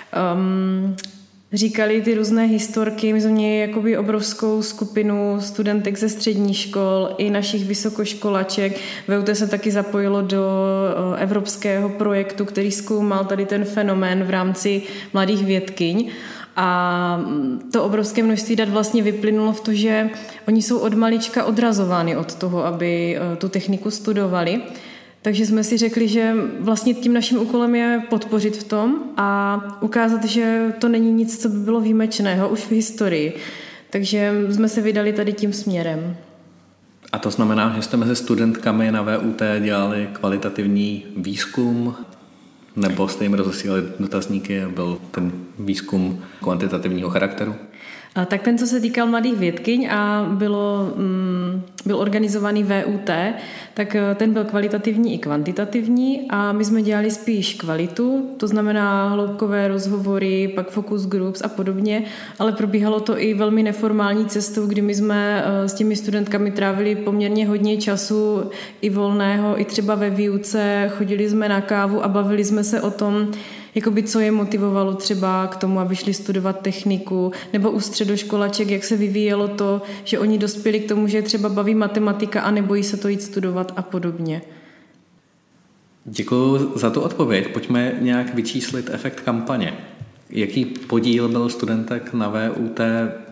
Speaker 4: říkali ty různé historky. My jsme měli jakoby obrovskou skupinu studentek ze středních škol i našich vysokoškolaček. VUT se taky zapojilo do evropského projektu, který zkoumal tady ten fenomén v rámci mladých vědkyň. A to obrovské množství dat vlastně vyplynulo v to, že oni jsou od malička odrazovány od toho, aby tu techniku studovali. Takže jsme si řekli, že vlastně tím naším úkolem je podpořit v tom a ukázat, že to není nic, co by bylo výjimečného už v historii. Takže jsme se vydali tady tím směrem.
Speaker 2: A to znamená, že jste mezi studentkami na VUT dělali kvalitativní výzkum, nebo jste jim rozesílali dotazníky a byl ten výzkum kvantitativního charakteru?
Speaker 4: Tak ten, co se týkal mladých vědkyň a byl organizovaný VUT, tak ten byl kvalitativní i kvantitativní a my jsme dělali spíš kvalitu, to znamená hloubkové rozhovory, pak focus groups a podobně, ale probíhalo to i velmi neformální cestou, kdy my jsme s těmi studentkami trávili poměrně hodně času i volného, i třeba ve výuce, chodili jsme na kávu a bavili jsme se o tom, jakoby co je motivovalo třeba k tomu, aby šli studovat techniku, nebo u středoškolaček, jak se vyvíjelo to, že oni dospěli k tomu, že třeba baví matematika a nebojí se to jít studovat a podobně.
Speaker 2: Děkuji za tu odpověď. Pojďme nějak vyčíslit efekt kampaně. Jaký podíl byl studentek na VUT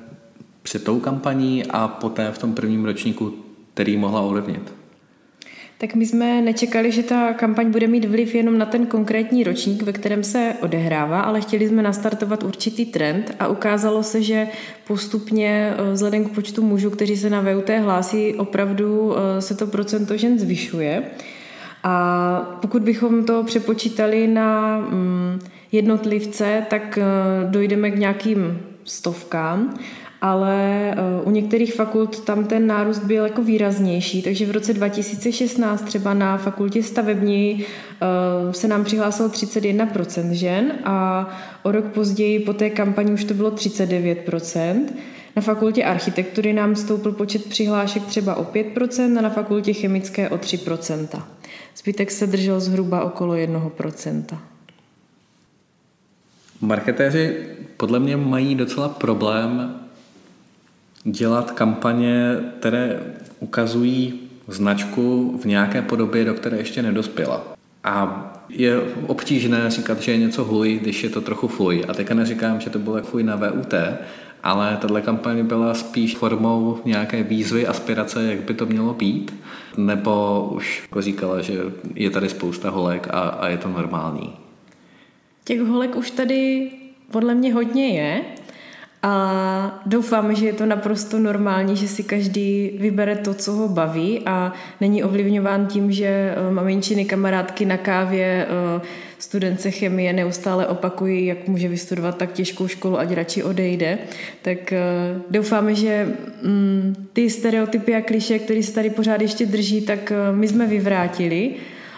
Speaker 2: před tou kampaní a poté v tom prvním ročníku, který mohla ovlivnit?
Speaker 4: Tak my jsme nečekali, že ta kampaň bude mít vliv jenom na ten konkrétní ročník, ve kterém se odehrává, ale chtěli jsme nastartovat určitý trend a ukázalo se, že postupně vzhledem k počtu mužů, kteří se na VUT hlásí, opravdu se to procento žen zvyšuje. A pokud bychom to přepočítali na jednotlivce, tak dojdeme k nějakým stovkám, ale u některých fakult tam ten nárůst byl jako výraznější, takže v roce 2016 třeba na fakultě stavební se nám přihlásilo 31% žen a o rok později po té kampani už to bylo 39%. Na fakultě architektury nám stoupl počet přihlášek třeba o 5% a na fakultě chemické o 3%. Zbytek se držel zhruba okolo 1%.
Speaker 2: Marketéři podle mě mají docela problém dělat kampaně, které ukazují značku v nějaké podobě, do které ještě nedospěla. A je obtížné říkat, že je něco huj, když je to trochu fuj. A teďka neříkám, že to bylo fuj na VUT, ale tato kampaň byla spíš formou nějaké výzvy, aspirace, jak by to mělo být. Nebo už jako říkala, že je tady spousta holek a je to normální.
Speaker 4: Těch holek už tady podle mě hodně je a doufám, že je to naprosto normální, že si každý vybere to, co ho baví a není ovlivňován tím, že maminčiny kamarádky na kávě studence chemie neustále opakují, jak může vystudovat tak těžkou školu, ať radši odejde. Tak doufáme, že ty stereotypy a klišé, které se tady pořád ještě drží, tak my jsme vyvrátili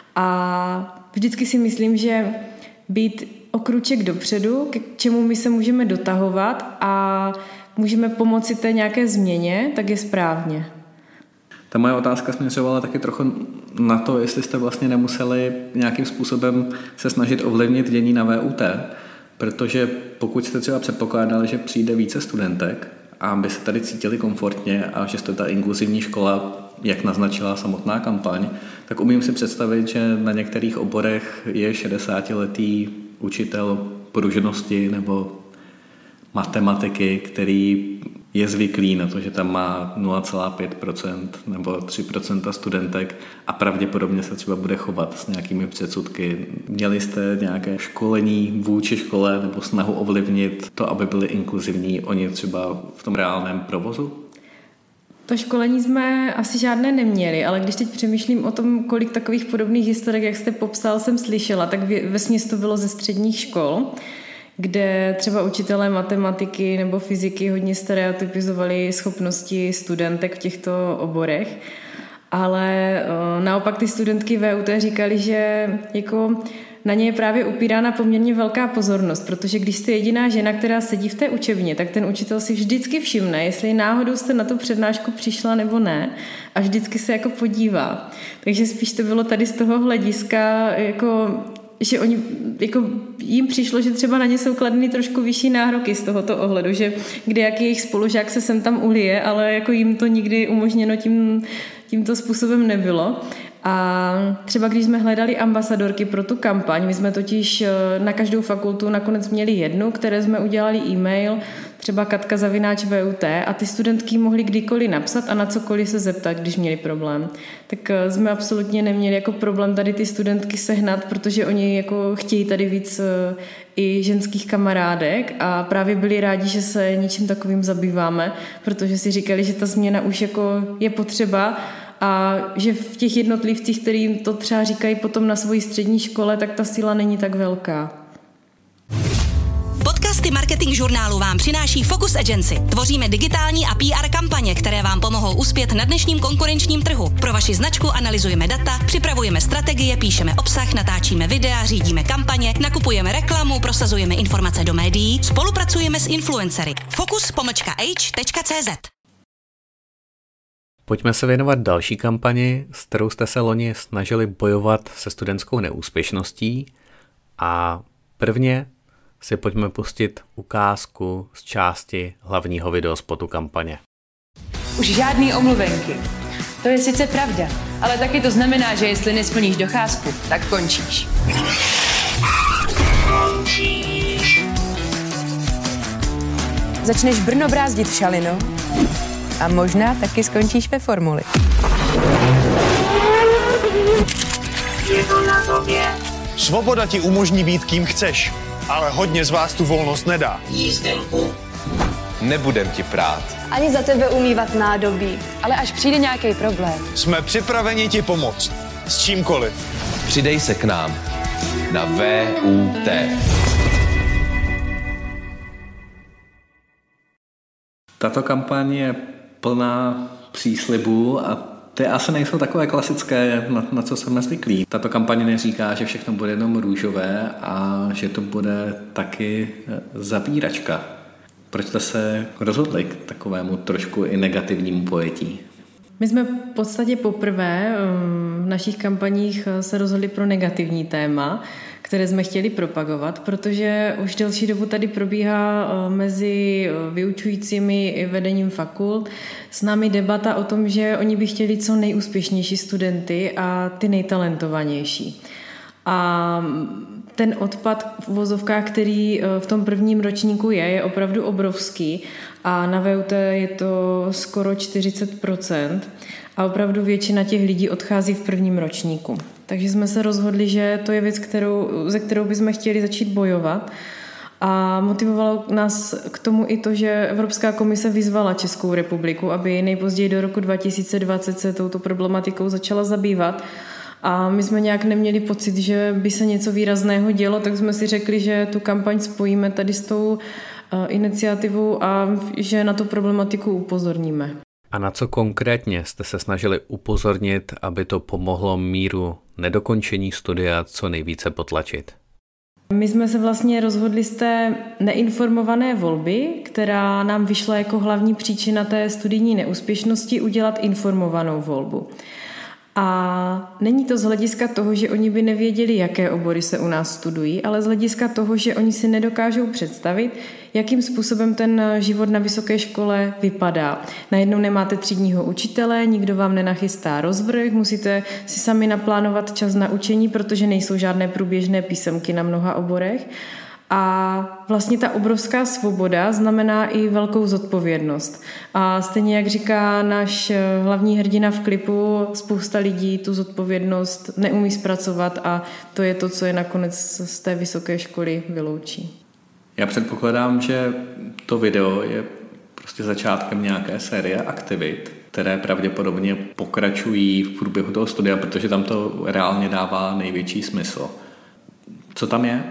Speaker 4: a vždycky si myslím, že být o kruček dopředu, k čemu my se můžeme dotahovat a můžeme pomoci té nějaké změně, tak je správně.
Speaker 2: Ta moje otázka směřovala taky trochu na to, jestli jste vlastně nemuseli nějakým způsobem se snažit ovlivnit dění na VUT, protože pokud jste třeba předpokládali, že přijde více studentek a aby se tady cítili komfortně a že jste ta inkluzivní škola, jak naznačila samotná kampaň, tak umím si představit, že na některých oborech je 60letý učitel pružnosti nebo matematiky, který je zvyklý na to, že tam má 0,5% nebo 3% studentek a pravděpodobně se třeba bude chovat s nějakými předsudky. Měli jste nějaké školení vůči škole nebo snahu ovlivnit to, aby byli inkluzivní oni třeba v tom reálném provozu?
Speaker 4: To školení jsme asi žádné neměli, ale když teď přemýšlím o tom, kolik takových podobných historek, jak jste popsal, jsem slyšela, tak vesměs to bylo ze středních škol, kde třeba učitelé matematiky nebo fyziky hodně stereotypizovali schopnosti studentek v těchto oborech. Ale naopak ty studentky VUT říkali, že jako na ně je právě upírána poměrně velká pozornost, protože když jste jediná žena, která sedí v té učebně, tak ten učitel si vždycky všimne, jestli náhodou jste na tu přednášku přišla nebo ne a vždycky se jako podívá. Takže spíš to bylo tady z toho hlediska, jako, že oni, jako jim přišlo, že třeba na ně jsou kladeny trošku vyšší nároky z tohoto ohledu, že kdejaký jejich spolužák se sem tam ulije, ale jako jim to nikdy umožněno tímto způsobem nebylo. A třeba když jsme hledali ambasadorky pro tu kampaň, my jsme totiž na každou fakultu nakonec měli jednu, které jsme udělali e-mail, třeba katka@VUT a ty studentky mohly kdykoliv napsat a na cokoliv se zeptat, když měli problém. Tak jsme absolutně neměli jako problém tady ty studentky sehnat, protože oni jako chtějí tady víc i ženských kamarádek a právě byli rádi, že se něčím takovým zabýváme, protože si říkali, že ta změna už jako je potřeba a že v těch jednotlivcích, kterým to třeba říkají potom na svojí střední škole, tak ta síla není tak velká.
Speaker 1: Podcasty marketing žurnálu vám přináší Focus Agency. Tvoříme digitální a PR kampaně, které vám pomohou uspět na dnešním konkurenčním trhu. Pro vaši značku analyzujeme data, připravujeme strategie, píšeme obsah, natáčíme videa, řídíme kampaně, nakupujeme reklamu, prosazujeme informace do médií, spolupracujeme s influencery. Focus.age.cz.
Speaker 2: Pojďme se věnovat další kampani, s kterou jste se loni snažili bojovat se studentskou neúspěšností a prvně si pojďme pustit ukázku z části hlavního videospotu kampaně.
Speaker 12: Už žádný omluvenky. To je sice pravda, ale taky to znamená, že jestli nesplníš docházku, tak končíš. Začneš Brno brázdit šalinou a možná taky skončíš ve formuli.
Speaker 13: na tobě.
Speaker 14: Svoboda ti umožní být kým chceš, ale hodně z vás tu volnost nedá.
Speaker 13: Jízdenku.
Speaker 14: Nebudem ti prát.
Speaker 12: Ani za tebe umývat nádobí. Ale až přijde nějaký problém.
Speaker 14: Jsme připraveni ti pomoct. S čímkoliv.
Speaker 15: Přidej se k nám na VUT.
Speaker 2: Tato kampaň je plná příslibů a ty asi nejsou takové klasické, na co jsme zvyklí. Tato kampaň neříká, že všechno bude jenom růžové a že to bude taky zabíračka. Proč jste se rozhodli k takovému trošku i negativnímu pojetí?
Speaker 4: My jsme v podstatě poprvé v našich kampaních se rozhodli pro negativní téma, které jsme chtěli propagovat, protože už delší dobu tady probíhá mezi vyučujícími i vedením fakult s námi debata o tom, že oni by chtěli co nejúspěšnější studenty a ty nejtalentovanější. A ten odpad v uvozovkách, který v tom prvním ročníku je opravdu obrovský a na VUT je to skoro 40% a opravdu většina těch lidí odchází v prvním ročníku. Takže jsme se rozhodli, že to je věc, ze kterou bychom chtěli začít bojovat. A motivovalo nás k tomu i to, že Evropská komise vyzvala Českou republiku, aby nejpozději do roku 2020 se touto problematikou začala zabývat. A my jsme nějak neměli pocit, že by se něco výrazného dělo, tak jsme si řekli, že tu kampaň spojíme tady s tou iniciativou a že na tu problematiku upozorníme.
Speaker 2: A na co konkrétně jste se snažili upozornit, aby to pomohlo míru nedokončení studia co nejvíce potlačit?
Speaker 4: My jsme se vlastně rozhodli z té neinformované volby, která nám vyšla jako hlavní příčina té studijní neúspěšnosti, udělat informovanou volbu. A není to z hlediska toho, že oni by nevěděli, jaké obory se u nás studují, ale z hlediska toho, že oni si nedokážou představit, jakým způsobem ten život na vysoké škole vypadá. Najednou nemáte třídního učitele, nikdo vám nenachystá rozvrh, musíte si sami naplánovat čas na učení, protože nejsou žádné průběžné písemky na mnoha oborech. A vlastně ta obrovská svoboda znamená i velkou zodpovědnost. A stejně jak říká náš hlavní hrdina v klipu, spousta lidí tu zodpovědnost neumí zpracovat a to je to, co je nakonec z té vysoké školy vyloučí.
Speaker 2: Já předpokládám, že to video je prostě začátkem nějaké série aktivit, které pravděpodobně pokračují v průběhu toho studia, protože tam to reálně dává největší smysl. Co tam je?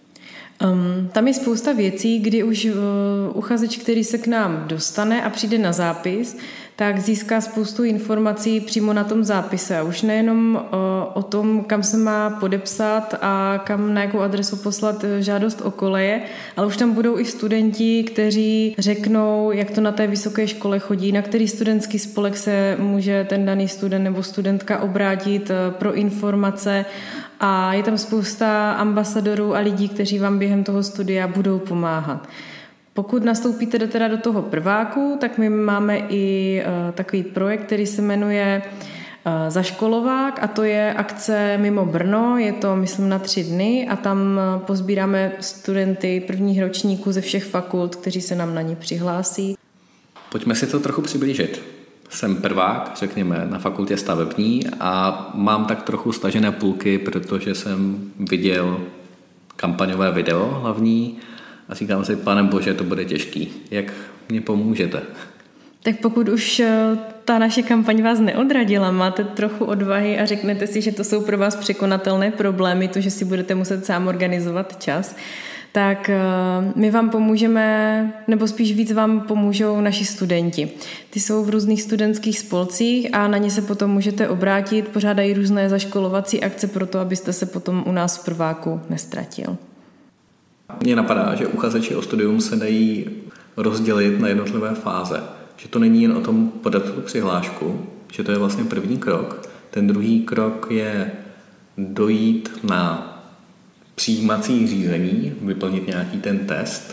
Speaker 4: Tam je spousta věcí, kdy už uchazeč, který se k nám dostane a přijde na zápis, tak získá spoustu informací přímo na tom zápise. A už nejenom o tom, kam se má podepsat a kam na jakou adresu poslat žádost o koleje, ale už tam budou i studenti, kteří řeknou, jak to na té vysoké škole chodí, na který studentský spolek se může ten daný student nebo studentka obrátit pro informace. A je tam spousta ambasadorů a lidí, kteří vám během toho studia budou pomáhat. Pokud nastoupíte teda do toho prváku, tak my máme i takový projekt, který se jmenuje Zaškolovák a to je akce mimo Brno, je to myslím na 3 dny a tam pozbíráme studenty prvních ročníků ze všech fakult, kteří se nám na ní přihlásí.
Speaker 2: Pojďme si to trochu přiblížit. Jsem prvák, řekněme, na fakultě stavební a mám tak trochu stažené půlky, protože jsem viděl kampaňové video hlavní a říkám si, pane bože, to bude těžký. Jak mě pomůžete?
Speaker 4: Tak pokud už ta naše kampaň vás neodradila, máte trochu odvahy a řeknete si, že to jsou pro vás překonatelné problémy, to, že si budete muset sám organizovat čas, tak my vám pomůžeme, nebo spíš víc vám pomůžou naši studenti. Ty jsou v různých studentských spolcích a na ně se potom můžete obrátit, pořádají různé zaškolovací akce pro to, abyste se potom u nás v prváku nestratil.
Speaker 2: Mně napadá, že uchazeči o studium se dají rozdělit na jednotlivé fáze. Že to není jen o tom podat tu přihlášku, že to je vlastně první krok. Ten druhý krok je dojít na přijímací řízení, vyplnit nějaký ten test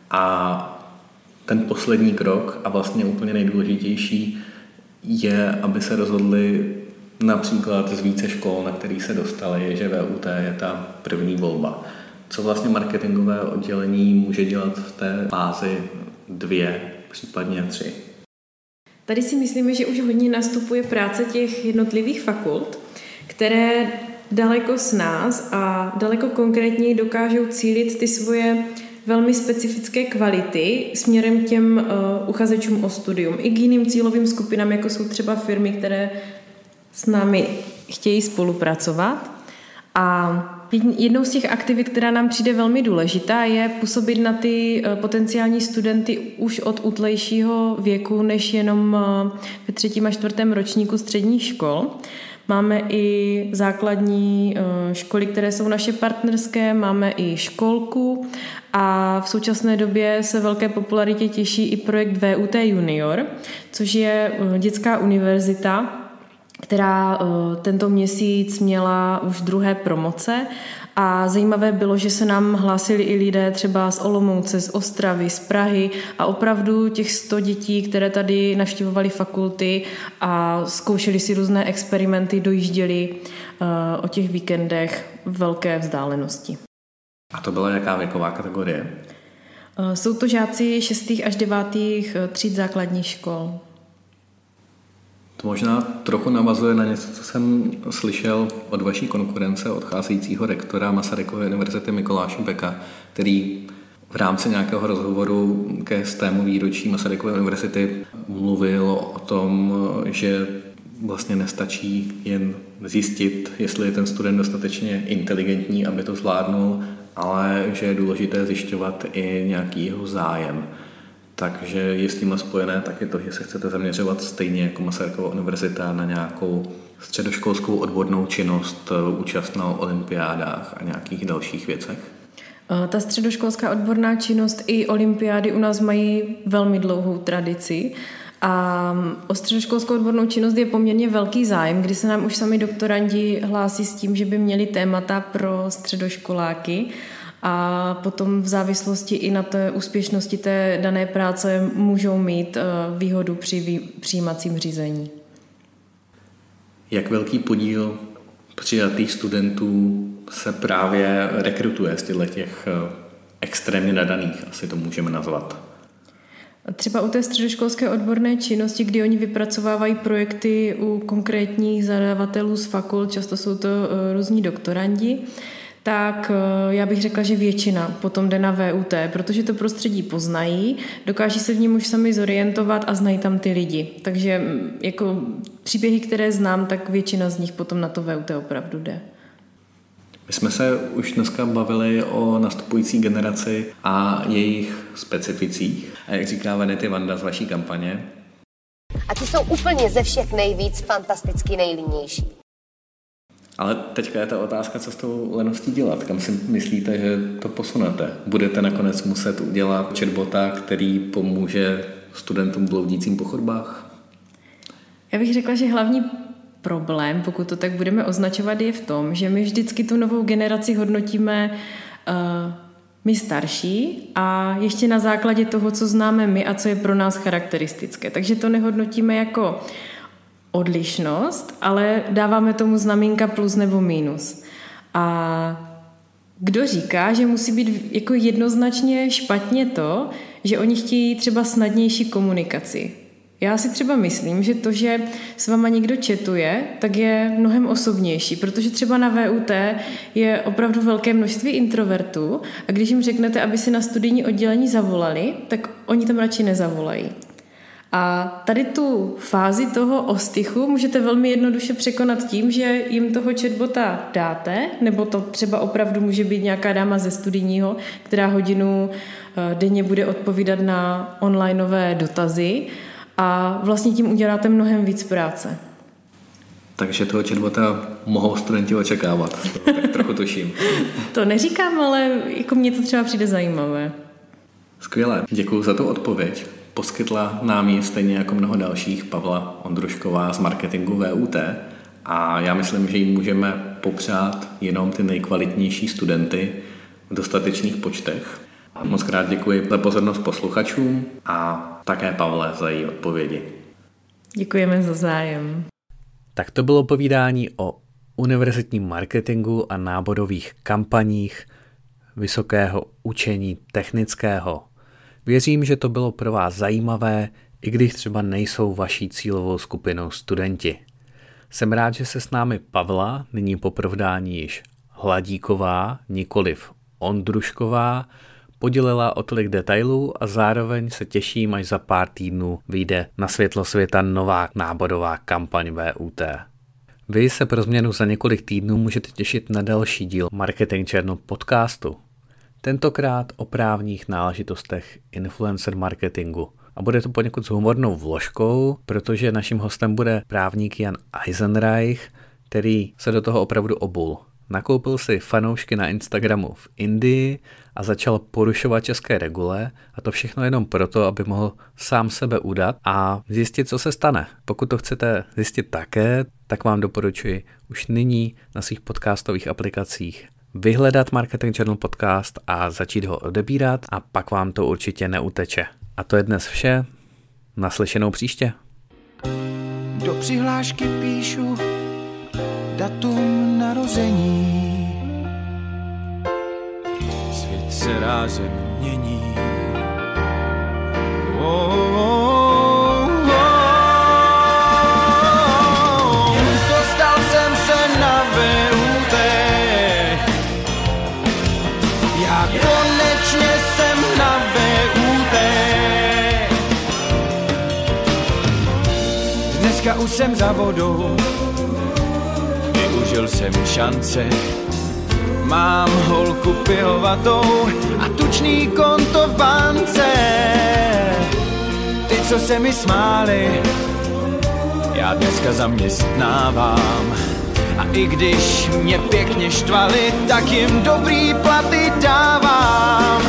Speaker 2: a ten poslední krok a vlastně úplně nejdůležitější je, aby se rozhodli například z více škol, na který se dostali, že VUT je ta první volba. Co vlastně marketingové oddělení může dělat v té fázi 2, případně 3?
Speaker 4: Tady si myslíme, že už hodně nastupuje práce těch jednotlivých fakult, které daleko s nás a daleko konkrétněji dokážou cílit ty svoje velmi specifické kvality směrem k těm uchazečům o studium i k jiným cílovým skupinám, jako jsou třeba firmy, které s námi chtějí spolupracovat. A jednou z těch aktivit, která nám přijde velmi důležitá, je působit na ty potenciální studenty už od útlejšího věku, než jenom ve 3. a 4. ročníku středních škol. Máme i základní školy, které jsou naše partnerské, máme i školku a v současné době se velké popularitě těší i projekt VUT Junior, což je dětská univerzita, která tento měsíc měla už 2. promoce a zajímavé bylo, že se nám hlásili i lidé třeba z Olomouce, z Ostravy, z Prahy a opravdu těch 100 dětí, které tady navštěvovaly fakulty a zkoušeli si různé experimenty, dojížděli o těch víkendech velké vzdálenosti.
Speaker 2: A to byla jaká věková kategorie?
Speaker 4: Jsou to žáci 6. až 9. tříd základních škol.
Speaker 2: To možná trochu navazuje na něco, co jsem slyšel od vaší konkurence, odcházejícího rektora Masarykovy univerzity Mikuláše Beka, který v rámci nějakého rozhovoru ke 100. výročí Masarykovy univerzity mluvil o tom, že vlastně nestačí jen zjistit, jestli je ten student dostatečně inteligentní, aby to zvládnul, ale že je důležité zjišťovat i nějaký jeho zájem. Takže je s tím spojené taky to, že se chcete zaměřovat stejně jako Masarykova univerzita na nějakou středoškolskou odbornou činnost, účast na olympiádách a nějakých dalších věcech?
Speaker 4: Ta středoškolská odborná činnost i olympiády u nás mají velmi dlouhou tradici a o středoškolskou odbornou činnost je poměrně velký zájem, kdy se nám už sami doktorandi hlásí s tím, že by měli témata pro středoškoláky. A potom v závislosti i na té úspěšnosti té dané práce můžou mít výhodu při přijímacím řízení.
Speaker 2: Jak velký podíl přijatých studentů se právě rekrutuje z těch extrémně nadaných, asi to můžeme nazvat?
Speaker 4: Třeba u té středoškolské odborné činnosti, kdy oni vypracovávají projekty u konkrétních zadavatelů z fakult, často jsou to různí doktorandi, tak já bych řekla, že většina potom jde na VUT, protože to prostředí poznají, dokáží se v něm už sami zorientovat a znají tam ty lidi. Takže jako příběhy, které znám, tak většina z nich potom na to VUT opravdu jde.
Speaker 2: My jsme se už dneska bavili o nastupující generaci a jejich specificích. A jak říká Vanity Vanda z vaší kampaně?
Speaker 7: A ty jsou úplně ze všech nejvíc fantasticky nejlínější.
Speaker 2: Ale teďka je ta otázka, co s tou leností dělat. Kam si myslíte, že to posunete? Budete nakonec muset udělat chatbota, který pomůže studentům bloudícím po chodbách?
Speaker 4: Já bych řekla, že hlavní problém, pokud to tak budeme označovat, je v tom, že my vždycky tu novou generaci hodnotíme my starší a ještě na základě toho, co známe my a co je pro nás charakteristické. Takže to nehodnotíme jako odlišnost, ale dáváme tomu znamínka plus nebo mínus. A kdo říká, že musí být jako jednoznačně špatně to, že oni chtějí třeba snadnější komunikaci. Já si třeba myslím, že to, že s váma někdo chatuje, tak je mnohem osobnější, protože třeba na VUT je opravdu velké množství introvertů a když jim řeknete, aby si na studijní oddělení zavolali, tak oni tam radši nezavolají. A tady tu fázi toho ostychu můžete velmi jednoduše překonat tím, že jim toho chatbota dáte, nebo to třeba opravdu může být nějaká dáma ze studijního, která hodinu denně bude odpovídat na onlineové dotazy a vlastně tím uděláte mnohem víc práce.
Speaker 2: Takže toho chatbota mohou studenti očekávat, tak trochu tuším.
Speaker 4: To neříkám, ale jako mně to třeba přijde zajímavé.
Speaker 2: Skvěle, děkuji za tu odpověď. Poskytla nám ji stejně jako mnoho dalších Pavla Ondrušková z marketingu VUT a já myslím, že jí můžeme popřát jenom ty nejkvalitnější studenty v dostatečných počtech. Moc krát děkuji za pozornost posluchačům a také Pavle za její odpovědi.
Speaker 4: Děkujeme za zájem.
Speaker 2: Tak to bylo povídání o univerzitním marketingu a náborových kampaních vysokého učení technického. Věřím, že to bylo pro vás zajímavé, i když třeba nejsou vaší cílovou skupinou studenti. Jsem rád, že se s námi Pavla, nyní po provdání již Hladíková, nikoliv Ondrušková, podělila o tolik detailů a zároveň se těším, až za pár týdnů vyjde na světlo světa nová náborová kampaň VUT. Vy se pro změnu za několik týdnů můžete těšit na další díl Marketing Channel podcastu. Tentokrát o právních náležitostech influencer marketingu. A bude to poněkud s humornou vložkou, protože naším hostem bude právník Jan Eisenreich, který se do toho opravdu obul. Nakoupil si fanoušky na Instagramu v Indii a začal porušovat české regule, a to všechno jenom proto, aby mohl sám sebe udat a zjistit, co se stane. Pokud to chcete zjistit také, tak vám doporučuji už nyní na svých podcastových aplikacích vyhledat Marketing Channel podcast a začít ho odebírat a pak vám to určitě neuteče. A to je dnes vše. Naslyšenou příště.
Speaker 3: Do přihlášky píšu datum narození. Svět se rázem mění. Dostal jsem se na VUT. Já konečně jsem na VUT. Dneska už jsem za vodou. Využil jsem šance. Mám holku pivovatou a tučný konto v bance. Ty, co se mi smáli, já dneska zaměstnávám. A i když mě pěkně štvali, tak jim dobrý platy dávám.